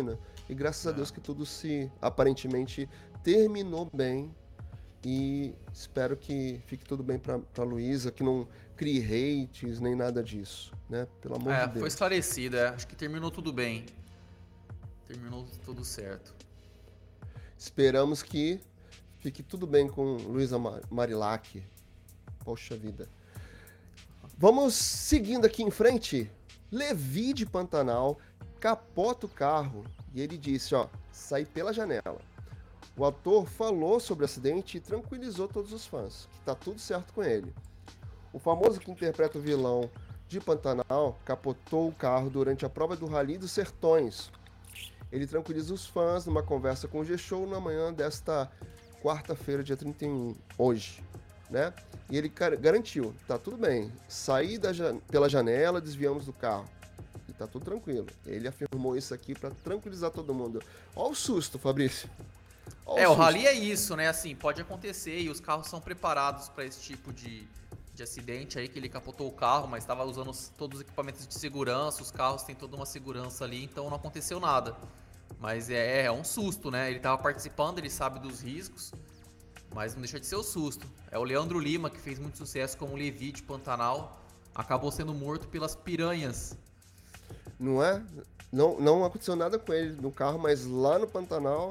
E graças a Deus que tudo se, aparentemente, terminou bem. E espero que fique tudo bem pra Luísa, que não crie hates nem nada disso, né? Pelo amor de Deus. Foi esclarecido, acho que terminou tudo bem. Terminou tudo certo. Esperamos que fique tudo bem com Luísa Marilac. Poxa vida. Vamos seguindo aqui em frente. Levi de Pantanal capota o carro e ele disse, ó, saí pela janela. O ator falou sobre o acidente e tranquilizou todos os fãs, que tá tudo certo com ele. O famoso que interpreta o vilão de Pantanal capotou o carro durante a prova do Rally dos Sertões. Ele tranquiliza os fãs numa conversa com o G-Show na manhã desta quarta-feira, dia 31, hoje, né? E ele garantiu, tá tudo bem, saí pela janela, desviamos do carro. E tá tudo tranquilo. Ele afirmou isso aqui pra tranquilizar todo mundo. Ó o susto, Fabrício. O rally é isso, né? Assim, pode acontecer e os carros são preparados para esse tipo de acidente aí, que ele capotou o carro, mas estava usando todos os equipamentos de segurança, os carros têm toda uma segurança ali, então não aconteceu nada. Mas é um susto, né? Ele estava participando, ele sabe dos riscos, mas não deixa de ser o susto. É o Leandro Lima, que fez muito sucesso como Levi de Pantanal, acabou sendo morto pelas piranhas. Não é? Não aconteceu nada com ele no carro, mas lá no Pantanal...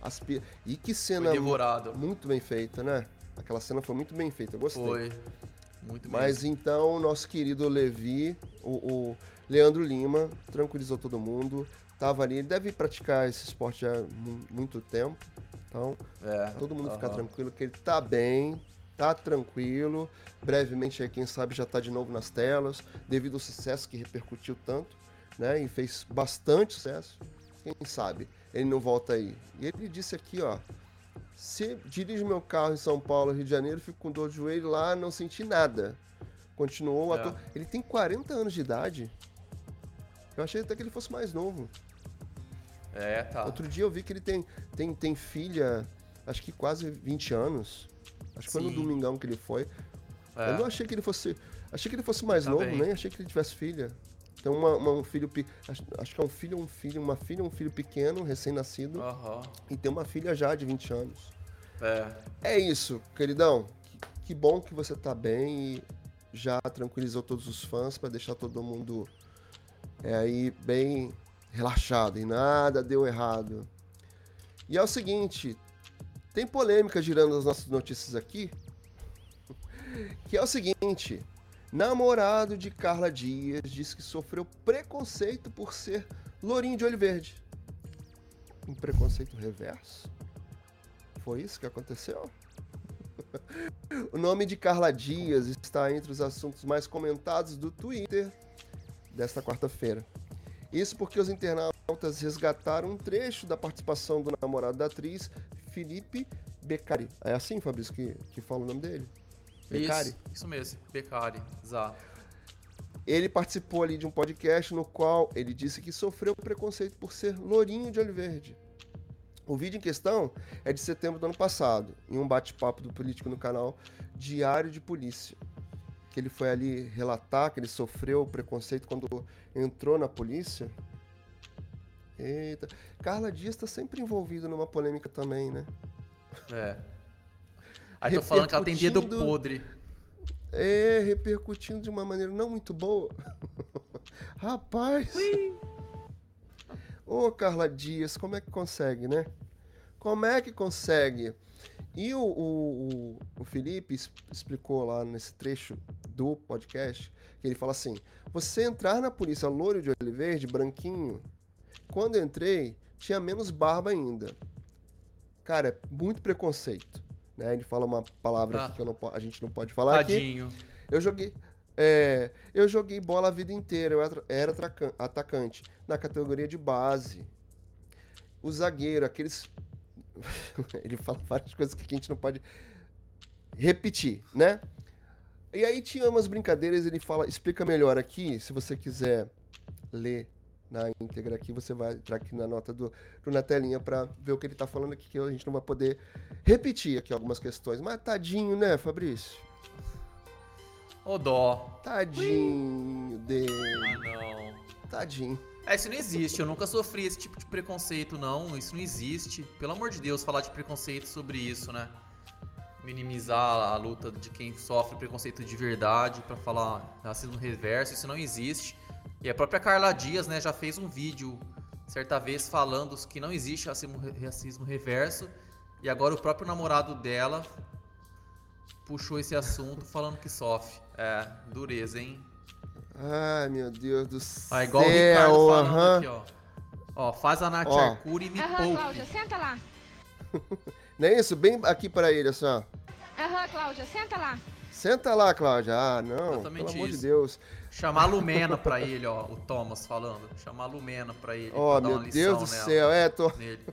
E que cena muito bem feita, né? Aquela cena foi muito bem feita, eu gostei. Foi, muito bem. Mas então, nosso querido Levi, o Leandro Lima, tranquilizou todo mundo. Tava ali, ele deve praticar esse esporte há muito tempo. Então, todo mundo ficar tranquilo, que ele tá bem, tá tranquilo. Brevemente, aí, quem sabe, já tá de novo nas telas, devido ao sucesso que repercutiu tanto, né? E fez bastante sucesso. Quem sabe ele não volta aí. E ele disse aqui, ó, se dirijo meu carro em São Paulo, Rio de Janeiro, fico com dor de joelho lá, não senti nada. Continuou o ator. Ele tem 40 anos de idade. Eu achei até que ele fosse mais novo. Tá. Outro dia eu vi que ele tem filha, acho que quase 20 anos. Acho que foi no domingão que ele foi. Eu não achei que ele fosse... Achei que ele fosse mais novo, bem. Nem achei que ele tivesse filha. Tem um filho, acho que é uma filha, um filho pequeno, recém-nascido, e tem uma filha já de 20 anos. É isso, queridão. Que bom que você tá bem e já tranquilizou todos os fãs para deixar todo mundo aí bem relaxado e nada deu errado. E é o seguinte, tem polêmica girando as nossas notícias aqui, que é o seguinte... Namorado de Carla Dias diz que sofreu preconceito por ser lourinho de olho verde. Um preconceito reverso? Foi isso que aconteceu? O nome de Carla Dias está entre os assuntos mais comentados do Twitter desta quarta-feira. Isso porque os internautas resgataram um trecho da participação do namorado da atriz, Felipe Beccari. É assim, Fabrício, que fala o nome dele? Beccari? Isso mesmo, Beccari, exato. Ele participou ali de um podcast no qual ele disse que sofreu preconceito por ser lourinho de olho verde. O vídeo em questão é de setembro do ano passado, em um bate-papo do político no canal Diário de Polícia. Que ele foi ali relatar que ele sofreu preconceito quando entrou na polícia. Eita, Carla Dias está sempre envolvida numa polêmica também, né? Aí tô falando que ela tem dedo podre. Repercutindo de uma maneira não muito boa. Rapaz. Ô, Carla Dias, como é que consegue, né? Como é que consegue? E o Felipe explicou lá nesse trecho do podcast, que ele fala assim, você entrar na polícia loiro de olho verde, branquinho, quando eu entrei, tinha menos barba ainda. Cara, é muito preconceito. Né? Ele fala uma palavra aqui que a gente não pode falar. Tadinho. Aqui. Eu joguei bola a vida inteira, eu era atacante, na categoria de base. O zagueiro, aqueles... Ele fala várias coisas que a gente não pode repetir, né? E aí tinha umas brincadeiras, ele fala, explica melhor aqui, se você quiser ler na íntegra aqui, você vai entrar aqui na nota na telinha pra ver o que ele tá falando aqui, que a gente não vai poder repetir aqui algumas questões. Mas tadinho, né, Fabrício? Ô dó. Tadinho dele. Não. Tadinho. Isso não existe, eu nunca sofri esse tipo de preconceito, não. Isso não existe. Pelo amor de Deus, falar de preconceito sobre isso, né? Minimizar a luta de quem sofre preconceito de verdade pra falar racismo reverso, isso não existe. E a própria Carla Dias, né, já fez um vídeo certa vez falando que não existe racismo reverso. E agora o próprio namorado dela puxou esse assunto falando que sofre. Dureza, hein? Ai, meu Deus do Igual o Ricardo céu, falando aqui, ó. Ó, faz a Nath Ó. Arcuri e me Aham, poupe. Cláudia, senta lá. Não é isso? Bem aqui pra ele, assim, ó. Aham, Cláudia, senta lá. Senta lá, Cláudia. Ah, não, Exatamente pelo amor de isso. Deus. Chamar a Lumena pra ele, ó, o Thomas falando. Chamar a Lumena pra ele, Ó, pra dar meu uma lição Deus do nela, céu. nele.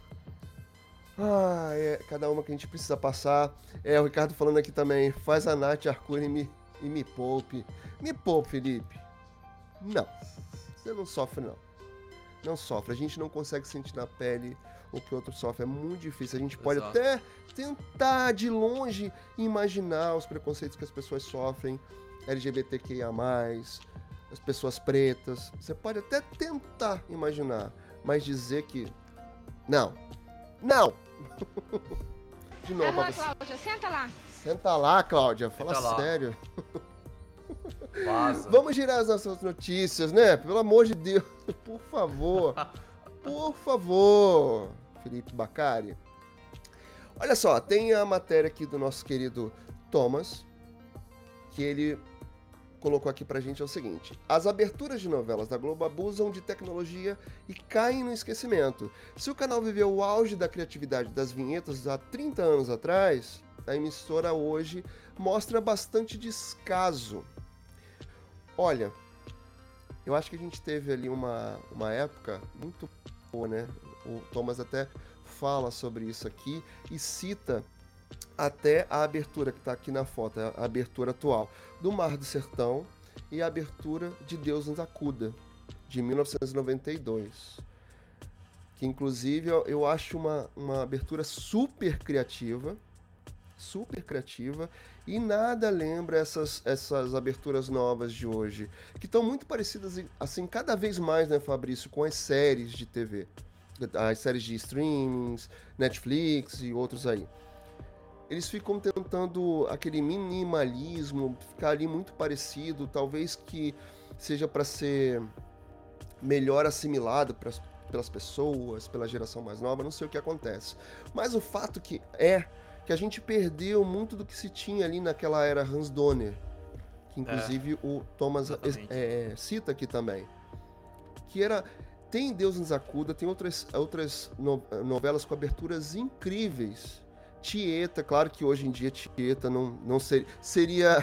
Ah, cada uma que a gente precisa passar. O Ricardo falando aqui também. Faz a Nath Arcuri e me poupe. Me poupe, Felipe. Não, você não sofre, não. Não sofre. A gente não consegue sentir na pele o que o outro sofre. É muito difícil. A gente pode Exato. até tentar de longe imaginar os preconceitos que as pessoas sofrem. LGBTQIA+, as pessoas pretas. Você pode até tentar imaginar, mas dizer que... Não. Não! De novo, pra Aham, você. Cláudia, senta lá. Senta lá, Cláudia. Fala Senta lá. sério. Vaza. Vamos girar as nossas notícias, né? Pelo amor de Deus. Por favor. Por favor, Felipe Bacari. Olha só, tem a matéria aqui do nosso querido Thomas, que ele colocou aqui pra gente é o seguinte: as aberturas de novelas da Globo abusam de tecnologia e caem no esquecimento. Se o canal viveu o auge da criatividade das vinhetas há 30 anos atrás, a emissora hoje mostra bastante descaso. Olha, eu acho que a gente teve ali uma época muito boa, né? O Thomas até fala sobre isso aqui e cita até a abertura que está aqui na foto, a abertura atual do Mar do Sertão e a abertura de Deus nos acuda, de 1992. Que inclusive eu acho uma abertura super criativa e nada lembra essas aberturas novas de hoje, que estão muito parecidas, assim, cada vez mais, né, Fabrício, com as séries de TV, as séries de streamings, Netflix e outros aí. Eles ficam tentando aquele minimalismo, ficar ali muito parecido, talvez que seja para ser melhor assimilado pelas pessoas, pela geração mais nova, não sei o que acontece. Mas o fato que a gente perdeu muito do que se tinha ali naquela era Hans Donner, que inclusive o Thomas cita aqui também, que era... Tem Deus nos acuda, tem outras novelas com aberturas incríveis. Tieta, claro que hoje em dia Tieta não seria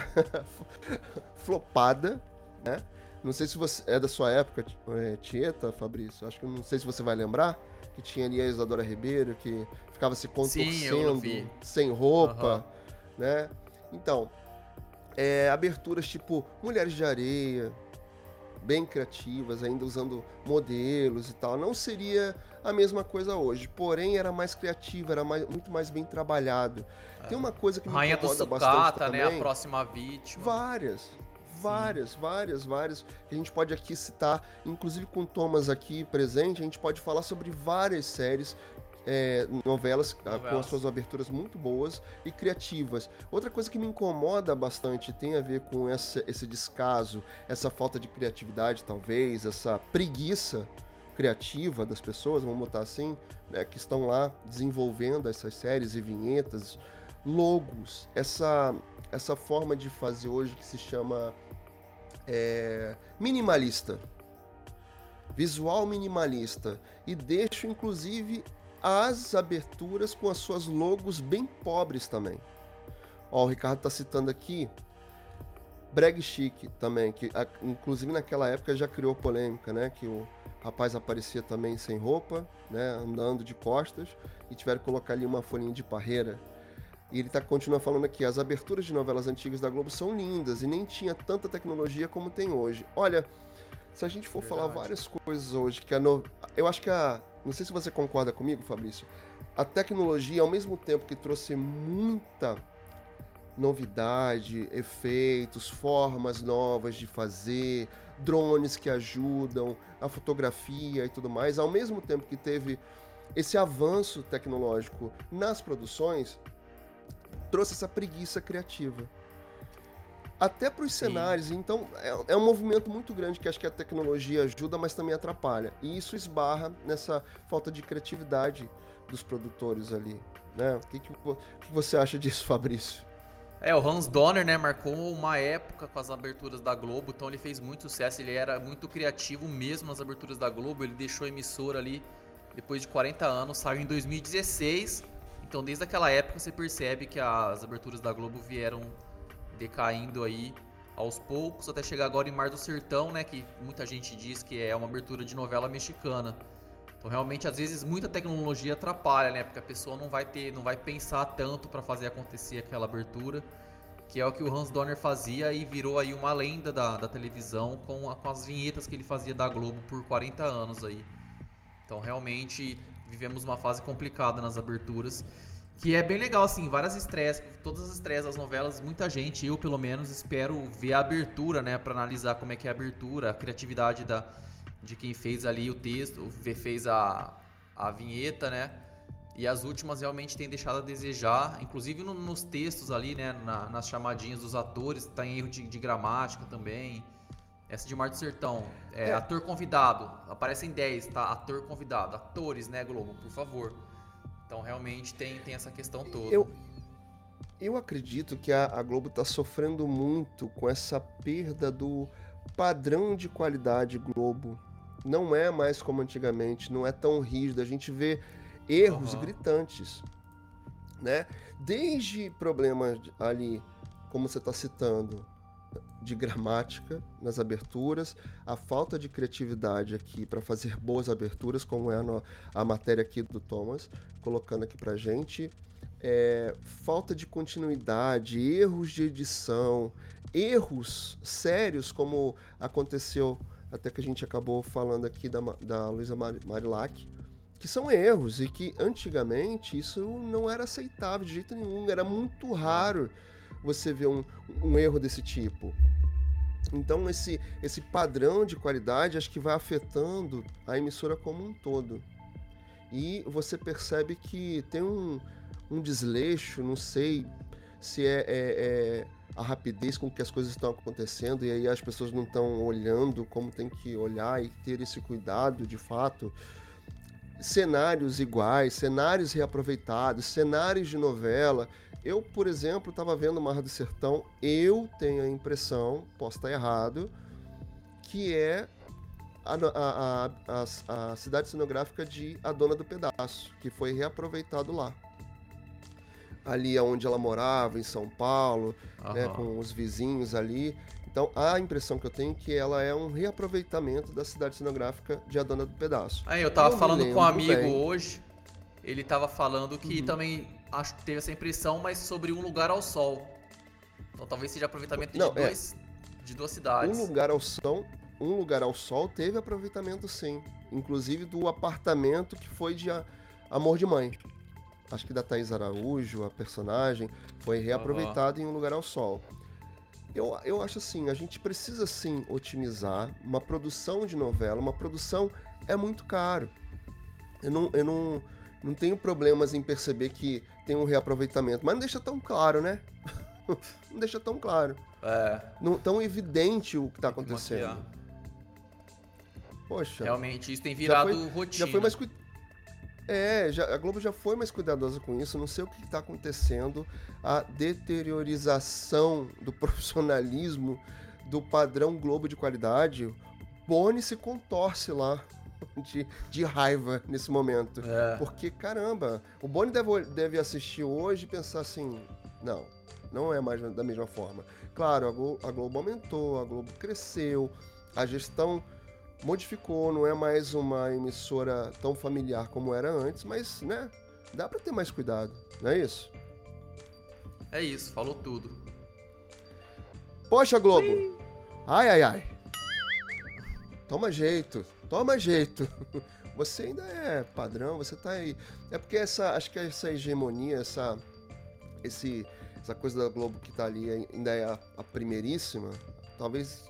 flopada, né? Não sei se você é da sua época, Tieta, Fabrício. Acho que não sei se você vai lembrar que tinha ali a Isadora Ribeiro que ficava se contorcendo, sem roupa, né? Então, aberturas tipo Mulheres de Areia, bem criativas, ainda usando modelos e tal. Não seria a mesma coisa hoje, porém era mais criativa, era muito mais bem trabalhado. Tem uma coisa que me Rainha do incomoda bastante Sucata, também. né? A próxima vítima. Várias. Que a gente pode aqui citar, inclusive com o Thomas aqui presente, a gente pode falar sobre várias séries, novelas com as suas aberturas muito boas e criativas. Outra coisa que me incomoda bastante tem a ver com esse descaso, essa falta de criatividade, talvez, essa preguiça criativa das pessoas, vamos botar assim, né, que estão lá desenvolvendo essas séries e vinhetas, logos, essa forma de fazer hoje que se chama minimalista, visual minimalista, e deixo inclusive as aberturas com as suas logos bem pobres também. Ó, o Ricardo tá citando aqui Brag Chic também, que inclusive naquela época já criou polêmica, né, que o rapaz aparecia também sem roupa, né, andando de costas, e tiveram que colocar ali uma folhinha de parreira. E ele continua falando aqui, as aberturas de novelas antigas da Globo são lindas e nem tinha tanta tecnologia como tem hoje. Olha, se a gente for falar várias coisas hoje, eu acho que não sei se você concorda comigo, Fabrício, a tecnologia, ao mesmo tempo que trouxe muita novidade, efeitos, formas novas de fazer, drones que ajudam, a fotografia e tudo mais. Ao mesmo tempo que teve esse avanço tecnológico nas produções, trouxe essa preguiça criativa. Até para os cenários, então é um movimento muito grande que acho que a tecnologia ajuda, mas também atrapalha. E isso esbarra nessa falta de criatividade dos produtores ali, né? O que você acha disso, Fabrício? O Hans Donner, né, marcou uma época com as aberturas da Globo, então ele fez muito sucesso, ele era muito criativo mesmo nas aberturas da Globo, ele deixou a emissora ali depois de 40 anos, saiu em 2016, então desde aquela época você percebe que as aberturas da Globo vieram decaindo aí aos poucos, até chegar agora em Mar do Sertão, né, que muita gente diz que é uma abertura de novela mexicana. Então realmente às vezes muita tecnologia atrapalha, né, porque a pessoa não vai pensar tanto para fazer acontecer aquela abertura, que é o que o Hans Donner fazia e virou aí uma lenda da televisão com as vinhetas que ele fazia da Globo por 40 anos aí. Então realmente vivemos uma fase complicada nas aberturas, que é bem legal, assim, várias estreias, todas as estreias das novelas, muita gente, eu pelo menos, espero ver a abertura, né, pra analisar como é que é a abertura, a criatividade de quem fez ali o texto, fez a vinheta, né, e as últimas realmente têm deixado a desejar, inclusive nos textos ali, né, nas chamadinhas dos atores, tá em erro de gramática também. Essa de Mar do Sertão, ator convidado, aparecem 10, tá, ator convidado, atores, né, Globo, por favor. Então realmente tem essa questão toda. Eu acredito que a Globo está sofrendo muito com essa perda do padrão de qualidade Globo. Não é mais como antigamente, não é tão rígido. A gente vê erros gritantes, né? Desde problemas ali, como você está citando, de gramática nas aberturas, a falta de criatividade aqui para fazer boas aberturas, como é a matéria aqui do Thomas, colocando aqui pra gente, falta de continuidade, erros de edição, erros sérios, como aconteceu, até que a gente acabou falando aqui da Luísa Marilac, que são erros e que antigamente isso não era aceitável de jeito nenhum, era muito raro você ver um erro desse tipo. Então esse padrão de qualidade acho que vai afetando a emissora como um todo. E você percebe que tem um desleixo, não sei se é a rapidez com que as coisas estão acontecendo, e aí as pessoas não estão olhando como tem que olhar e ter esse cuidado de fato. Cenários iguais, cenários reaproveitados, cenários de novela. Eu, por exemplo, estava vendo Mar do Sertão, eu tenho a impressão, posso estar errado, que é a cidade cenográfica de A Dona do Pedaço, que foi reaproveitado lá. Ali onde ela morava, em São Paulo, né, com os vizinhos ali. Então, a impressão que eu tenho é que ela é um reaproveitamento da cidade cenográfica de A Dona do Pedaço. Eu tava falando com um amigo hoje, ele tava falando que também acho que teve essa impressão, mas sobre Um Lugar ao Sol. Então talvez seja aproveitamento de duas cidades. Um Lugar ao Sol teve aproveitamento, sim. Inclusive do apartamento que foi de Amor de Mãe. Acho que da Thaís Araújo, a personagem, foi reaproveitado em Um Lugar ao Sol. Eu acho assim, a gente precisa sim otimizar uma produção de novela. Uma produção é muito caro. Eu não tenho problemas em perceber que tem um reaproveitamento, mas não deixa tão claro, né? Não deixa tão claro. Não tão evidente o que está acontecendo. Poxa. Realmente, isso tem virado rotina. Já foi mais a Globo já foi mais cuidadosa com isso. Não sei o que está acontecendo. A deteriorização do profissionalismo, do padrão Globo de qualidade. Boni se contorce lá de raiva nesse momento. Porque, caramba, o Boni deve assistir hoje e pensar assim, não é mais da mesma forma. Claro, a Globo aumentou, a Globo cresceu, a gestão modificou, não é mais uma emissora tão familiar como era antes, mas, né, dá pra ter mais cuidado, não é isso? É isso, falou tudo. Poxa, Globo! Ai. Toma jeito. Você ainda é padrão, você tá aí. É porque acho que essa hegemonia, essa coisa da Globo que tá ali ainda é a primeiríssima. Talvez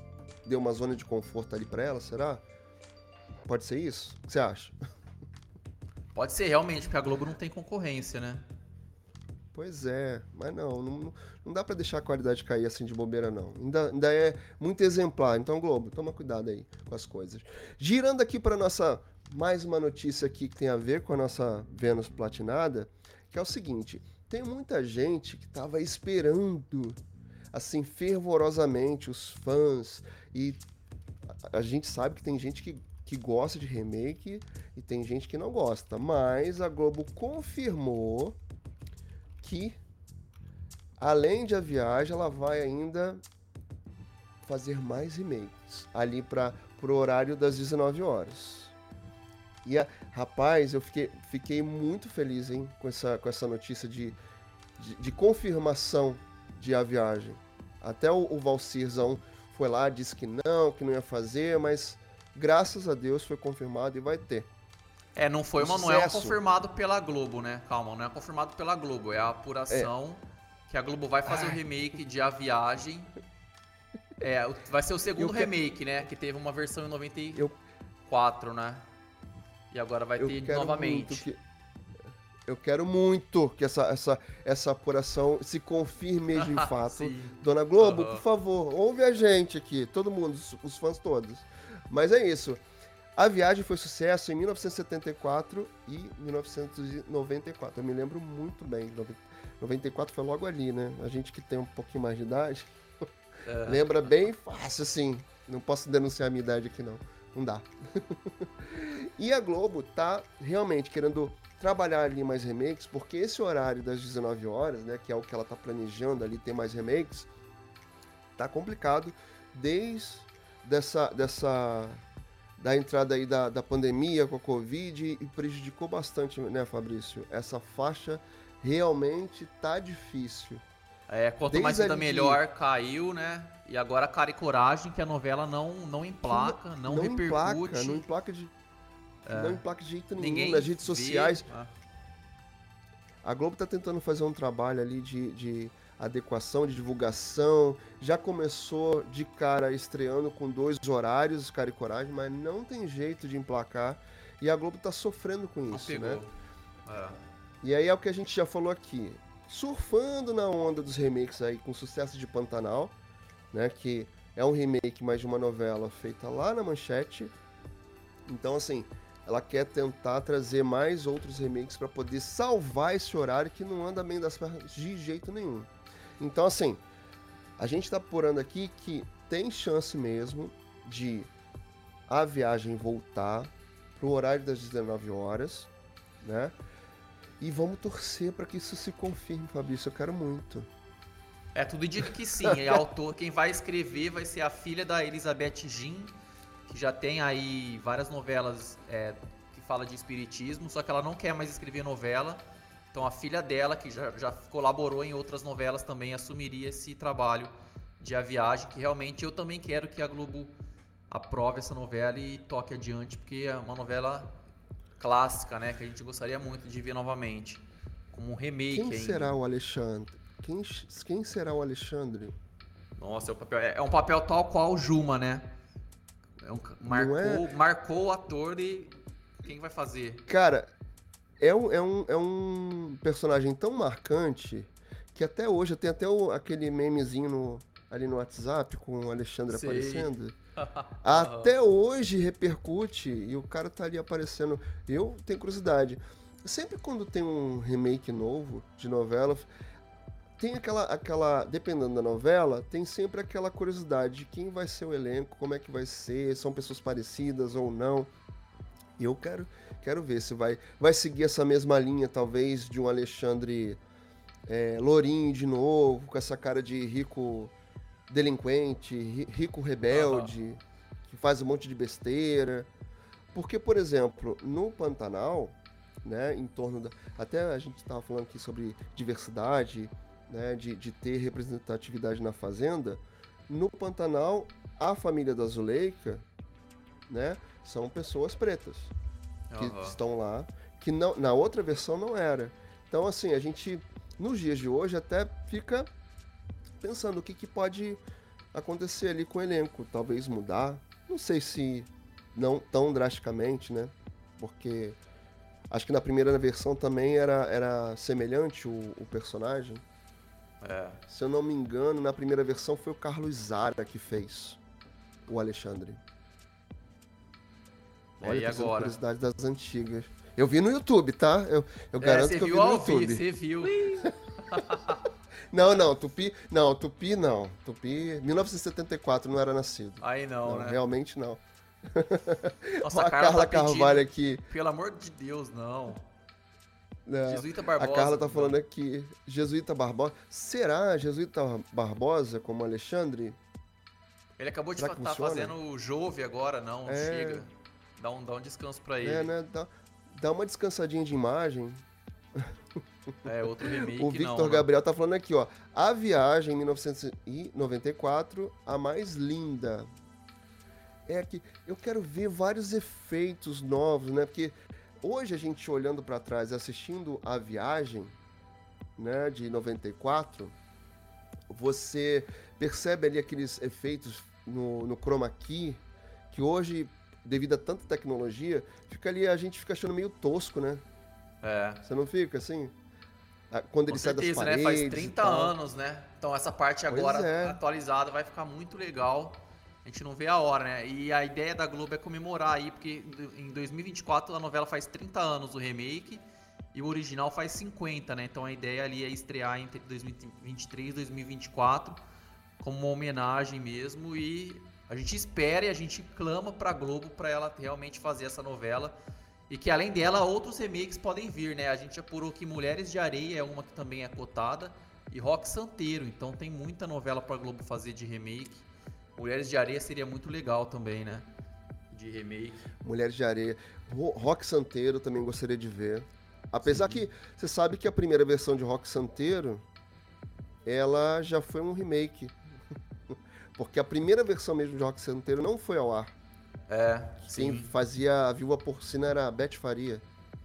deu uma zona de conforto ali pra ela, será? Pode ser isso? O que você acha? Pode ser realmente, porque a Globo não tem concorrência, né? Pois é, mas não dá pra deixar a qualidade cair assim de bobeira, não. Ainda é muito exemplar. Então, Globo, toma cuidado aí com as coisas. Girando aqui para nossa mais uma notícia aqui que tem a ver com a nossa Vênus platinada, que é o seguinte: tem muita gente que estava esperando, assim, fervorosamente, os fãs, e a gente sabe que tem gente que gosta de remake e tem gente que não gosta, mas a Globo confirmou que, além de A Viagem, ela vai ainda fazer mais remakes ali para o horário das 19 horas. E, rapaz, eu fiquei muito feliz, hein, com essa notícia de confirmação de A Viagem. Até o Valcirzão foi lá, disse que não ia fazer, mas graças a Deus foi confirmado e vai ter. Não é confirmado pela Globo, né? Calma, não é confirmado pela Globo. É a apuração que a Globo vai fazer o remake de A Viagem. Vai ser o segundo remake, né? Que teve uma versão em 94, né? E agora vai ter novamente. Eu quero muito que essa apuração se confirme de fato. Dona Globo, por favor, ouve a gente aqui, todo mundo, os fãs todos. Mas é isso. A Viagem foi sucesso em 1974 e 1994. Eu me lembro muito bem. 94 foi logo ali, né? A gente que tem um pouquinho mais de idade lembra bem fácil, assim. Não posso denunciar a minha idade aqui, não. Não dá. E a Globo tá realmente querendo trabalhar ali mais remakes, porque esse horário das 19 horas, né, que é o que ela tá planejando ali, ter mais remakes, tá complicado desde da entrada aí da pandemia com a Covid, e prejudicou bastante, né, Fabrício? Essa faixa realmente tá difícil. Quanto mais vida melhor, caiu, né? E agora Cara e Coragem, que a novela não emplaca, não repercute. Não emplaca de jeito nenhum. Ninguém nas redes vê. sociais. A Globo tá tentando fazer um trabalho ali de adequação, de divulgação. Já começou de cara estreando com 2 horários, Cara e Coragem, mas não tem jeito de emplacar. E a Globo tá sofrendo com isso, né? E aí é o que a gente já falou aqui. Surfando na onda dos remakes aí, com sucesso de Pantanal, né? Que é um remake mais de uma novela feita lá na Manchete. Então, assim, ela quer tentar trazer mais outros remakes para poder salvar esse horário que não anda bem das pernas de jeito nenhum. Então, assim, a gente tá apurando aqui que tem chance mesmo de A Viagem voltar pro horário das 19 horas, né? E vamos torcer para que isso se confirme, Fabrício. Eu quero muito. Tudo indica que sim. Quem vai escrever vai ser a filha da Elizabeth Jean, que já tem aí várias novelas que fala de espiritismo, só que ela não quer mais escrever novela. Então a filha dela, que já colaborou em outras novelas também, assumiria esse trabalho de A Viagem, que realmente eu também quero que a Globo aprove essa novela e toque adiante, porque é uma novela clássica, né, que a gente gostaria muito de ver novamente, como um remake. Quem será o Alexandre? Quem será o Alexandre? Nossa, é um papel tal qual o Juma, né? Marcou o ator e quem vai fazer? Cara, é um personagem tão marcante que até hoje eu tenho até aquele memezinho ali no WhatsApp com o Alexandre aparecendo. Até hoje repercute e o cara tá ali aparecendo. Eu tenho curiosidade. Sempre quando tem um remake novo de novela, tem aquela dependendo da novela, tem sempre aquela curiosidade de quem vai ser o elenco, como é que vai ser, são pessoas parecidas ou não. E eu quero ver se vai seguir essa mesma linha, talvez, de um Alexandre lourinho de novo, com essa cara de rico delinquente, rico rebelde, que faz um monte de besteira. Porque, por exemplo, no Pantanal, né, em torno da... Até a gente estava falando aqui sobre diversidade, né, de ter representatividade na Fazenda. No Pantanal, a família da Zuleika, né, são pessoas pretas que estão lá, que não, na outra versão não era. Então, assim, a gente, nos dias de hoje, até fica pensando o que pode acontecer ali com o elenco, talvez mudar, não sei se não tão drasticamente, né? Porque acho que na primeira versão também era semelhante o personagem. É. Se eu não me engano, na primeira versão foi o Carlos Zara que fez o Alexandre. Olha, E trazendo agora? curiosidade das antigas. Eu vi no YouTube, tá? Eu garanto você que eu vi viu no ao vivo, YouTube. você viu. Não, Tupi não. Tupi, 1974, não era nascido. Aí não, né? Realmente não. Nossa, a a Carla Carla tá pedindo. Carvalho aqui. Pelo amor de Deus, não. Né? Jesuíta Barbosa. A Carla tá não. falando aqui, Jesuíta Barbosa. Será Jesuíta Barbosa como Alexandre? Ele acabou de Será que estar funciona? fazendo o Jove agora, não. É. Chega. Dá um descanso pra ele. Né? Dá uma descansadinha de imagem. Outro remake O Victor não, né? Gabriel tá falando aqui, ó. A Viagem, 1994, a mais linda. É que eu quero ver vários efeitos novos, né? Porque hoje a gente olhando pra trás, assistindo A Viagem, né, de 94, você percebe ali aqueles efeitos no chroma key, que hoje, devido a tanta tecnologia, a gente fica achando meio tosco, né? Você não fica assim? Quando ele Com sai das certeza, paredes né? Faz e 30 tal. anos, né? Então essa parte Pois agora é. atualizada vai ficar muito legal. A gente não vê a hora, né? E a ideia da Globo é comemorar aí, porque em 2024 a novela faz 30 anos o remake e o original faz 50, né? Então a ideia ali é estrear entre 2023 e 2024 como uma homenagem mesmo, e a gente espera e a gente clama pra Globo pra ela realmente fazer essa novela. E que além dela, outros remakes podem vir, né? A gente apurou que Mulheres de Areia é uma que também é cotada, e Rock Santeiro. Então tem muita novela pra Globo fazer de remake. Mulheres de Areia seria muito legal também, né? De remake. Mulheres de Areia. Rock Santeiro também gostaria de ver. Apesar que você sabe que a primeira versão de Rock Santeiro, ela já foi um remake. Porque a primeira versão mesmo de Rock Santeiro não foi ao ar. Quem fazia a Viúva Porcina era a Beth Faria.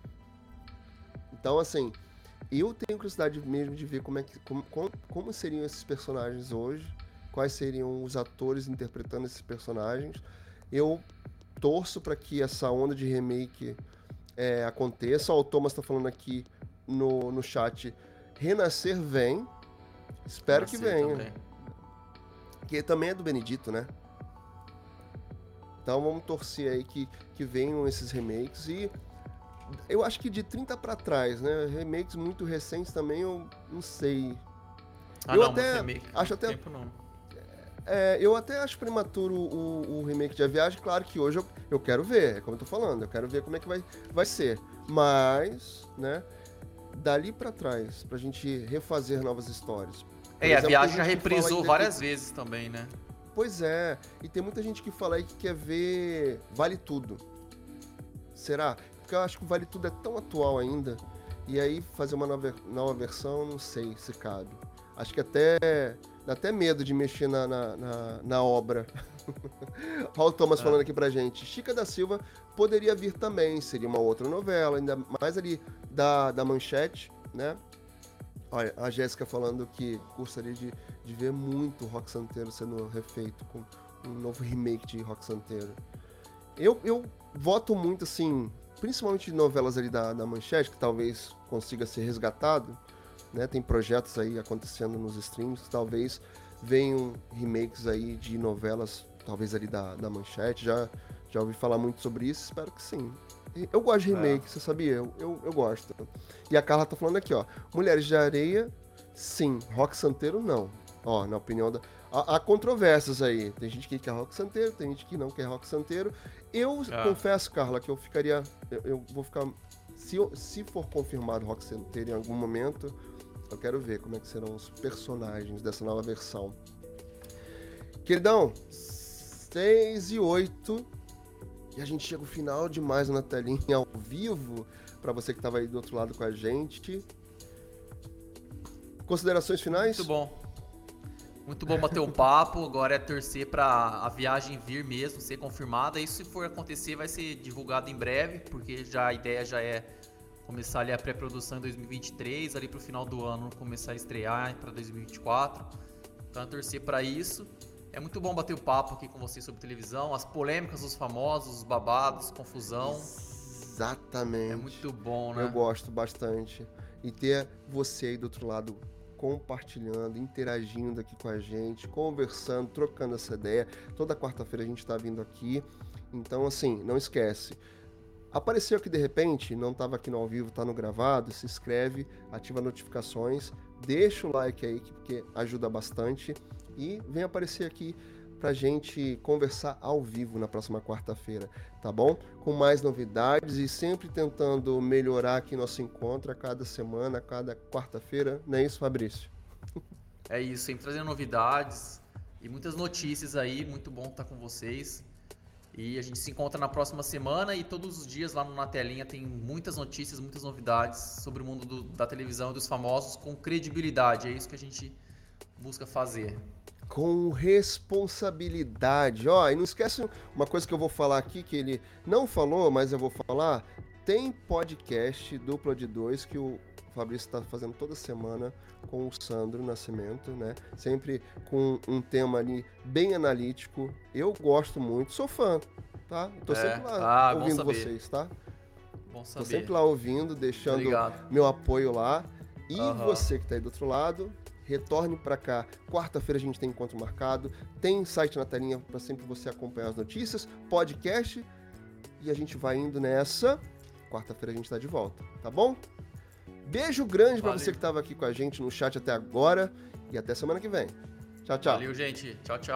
Então, assim, eu tenho curiosidade mesmo de ver como seriam esses personagens hoje, quais seriam os atores interpretando esses personagens. Eu torço para que essa onda de remake aconteça. O Thomas tá falando aqui no chat, Renascer vem. Espero que venha. Também. Que também é do Benedito, né? Então vamos torcer aí que venham esses remakes. E eu acho que de 30 pra trás, né? Remakes muito recentes também, eu não sei. Eu até acho prematuro o remake de A Viagem. Claro que hoje eu quero ver, é como eu tô falando. Eu quero ver como é que vai ser. Mas, né? Dali pra trás, pra gente refazer novas histórias. Por A exemplo, Viagem tem já gente que fala reprisou ainda várias vezes também, né? Pois é, e tem muita gente que fala aí que quer ver Vale Tudo. Será? Porque eu acho que o Vale Tudo é tão atual ainda, e aí fazer uma nova versão, não sei se cabe. Acho que dá até medo de mexer na obra. Olha o Thomas falando aqui pra gente. Chica da Silva poderia vir também, seria uma outra novela, ainda mais ali da Manchete, né? Olha, a Jéssica falando que gostaria de ver muito Rock Santeiro sendo refeito com um novo remake de Rock Santeiro. Eu voto muito, assim, principalmente de novelas ali da Manchete, que talvez consiga ser resgatado, né? Tem projetos aí acontecendo nos streams, que talvez venham remakes aí de novelas, talvez ali da Manchete. Já ouvi falar muito sobre isso, espero que sim. Eu gosto de remake, você sabia? Eu gosto. E a Carla tá falando aqui, ó. Mulheres de Areia, sim. Rock Santeiro, não. Ó, na opinião da... Há controvérsias aí. Tem gente que quer Rock Santeiro, tem gente que não quer Rock Santeiro. Eu confesso, Carla, que eu ficaria... Eu vou ficar... Se for confirmado Rock Santeiro em algum momento, eu quero ver como é que serão os personagens dessa nova versão. Queridão, 6:08... E a gente chega ao final de mais uma telinha ao vivo, para você que estava aí do outro lado com a gente. Considerações finais? Muito bom. Muito bom bater um papo. Agora é torcer para a viagem vir mesmo, ser confirmada. Isso, se for acontecer, vai ser divulgado em breve, porque a ideia já é começar ali a pré-produção em 2023, ali para o final do ano começar a estrear para 2024. Então é torcer para isso. É muito bom bater o papo aqui com vocês sobre televisão, as polêmicas dos famosos, os babados, confusão. Exatamente. É muito bom, né? Eu gosto bastante. E ter você aí do outro lado compartilhando, interagindo aqui com a gente, conversando, trocando essa ideia. Toda quarta-feira a gente tá vindo aqui. Então, assim, não esquece. Apareceu aqui de repente, não estava aqui no ao vivo, tá no gravado, se inscreve, ativa notificações, deixa o like aí, porque ajuda bastante. E vem aparecer aqui pra gente conversar ao vivo na próxima quarta-feira, tá bom? Com mais novidades e sempre tentando melhorar aqui nosso encontro a cada semana, a cada quarta-feira. Não é isso, Fabrício? É isso, sempre trazendo novidades e muitas notícias aí, muito bom estar com vocês. E a gente se encontra na próxima semana e todos os dias lá no Na Telinha tem muitas notícias, muitas novidades sobre o mundo da televisão e dos famosos com credibilidade. É isso que a gente busca fazer. Com responsabilidade. Ó, e não esquece uma coisa que eu vou falar aqui, que ele não falou, mas eu vou falar. Tem podcast Dupla de Dois que o Fabrício está fazendo toda semana com o Sandro Nascimento, né? Sempre com um tema ali bem analítico. Eu gosto muito, sou fã, tá? Tô sempre lá ouvindo vocês, tá? Bom saber. Tô sempre lá ouvindo, deixando Obrigado. meu apoio lá. E você que tá aí do outro lado, retorne para cá. Quarta-feira a gente tem encontro marcado. Tem site Na Telinha para sempre você acompanhar as notícias, podcast. E a gente vai indo nessa. Quarta-feira a gente tá de volta, tá bom? Beijo grande para você que estava aqui com a gente no chat até agora. E até semana que vem. Tchau, tchau. Valeu, gente. Tchau, tchau.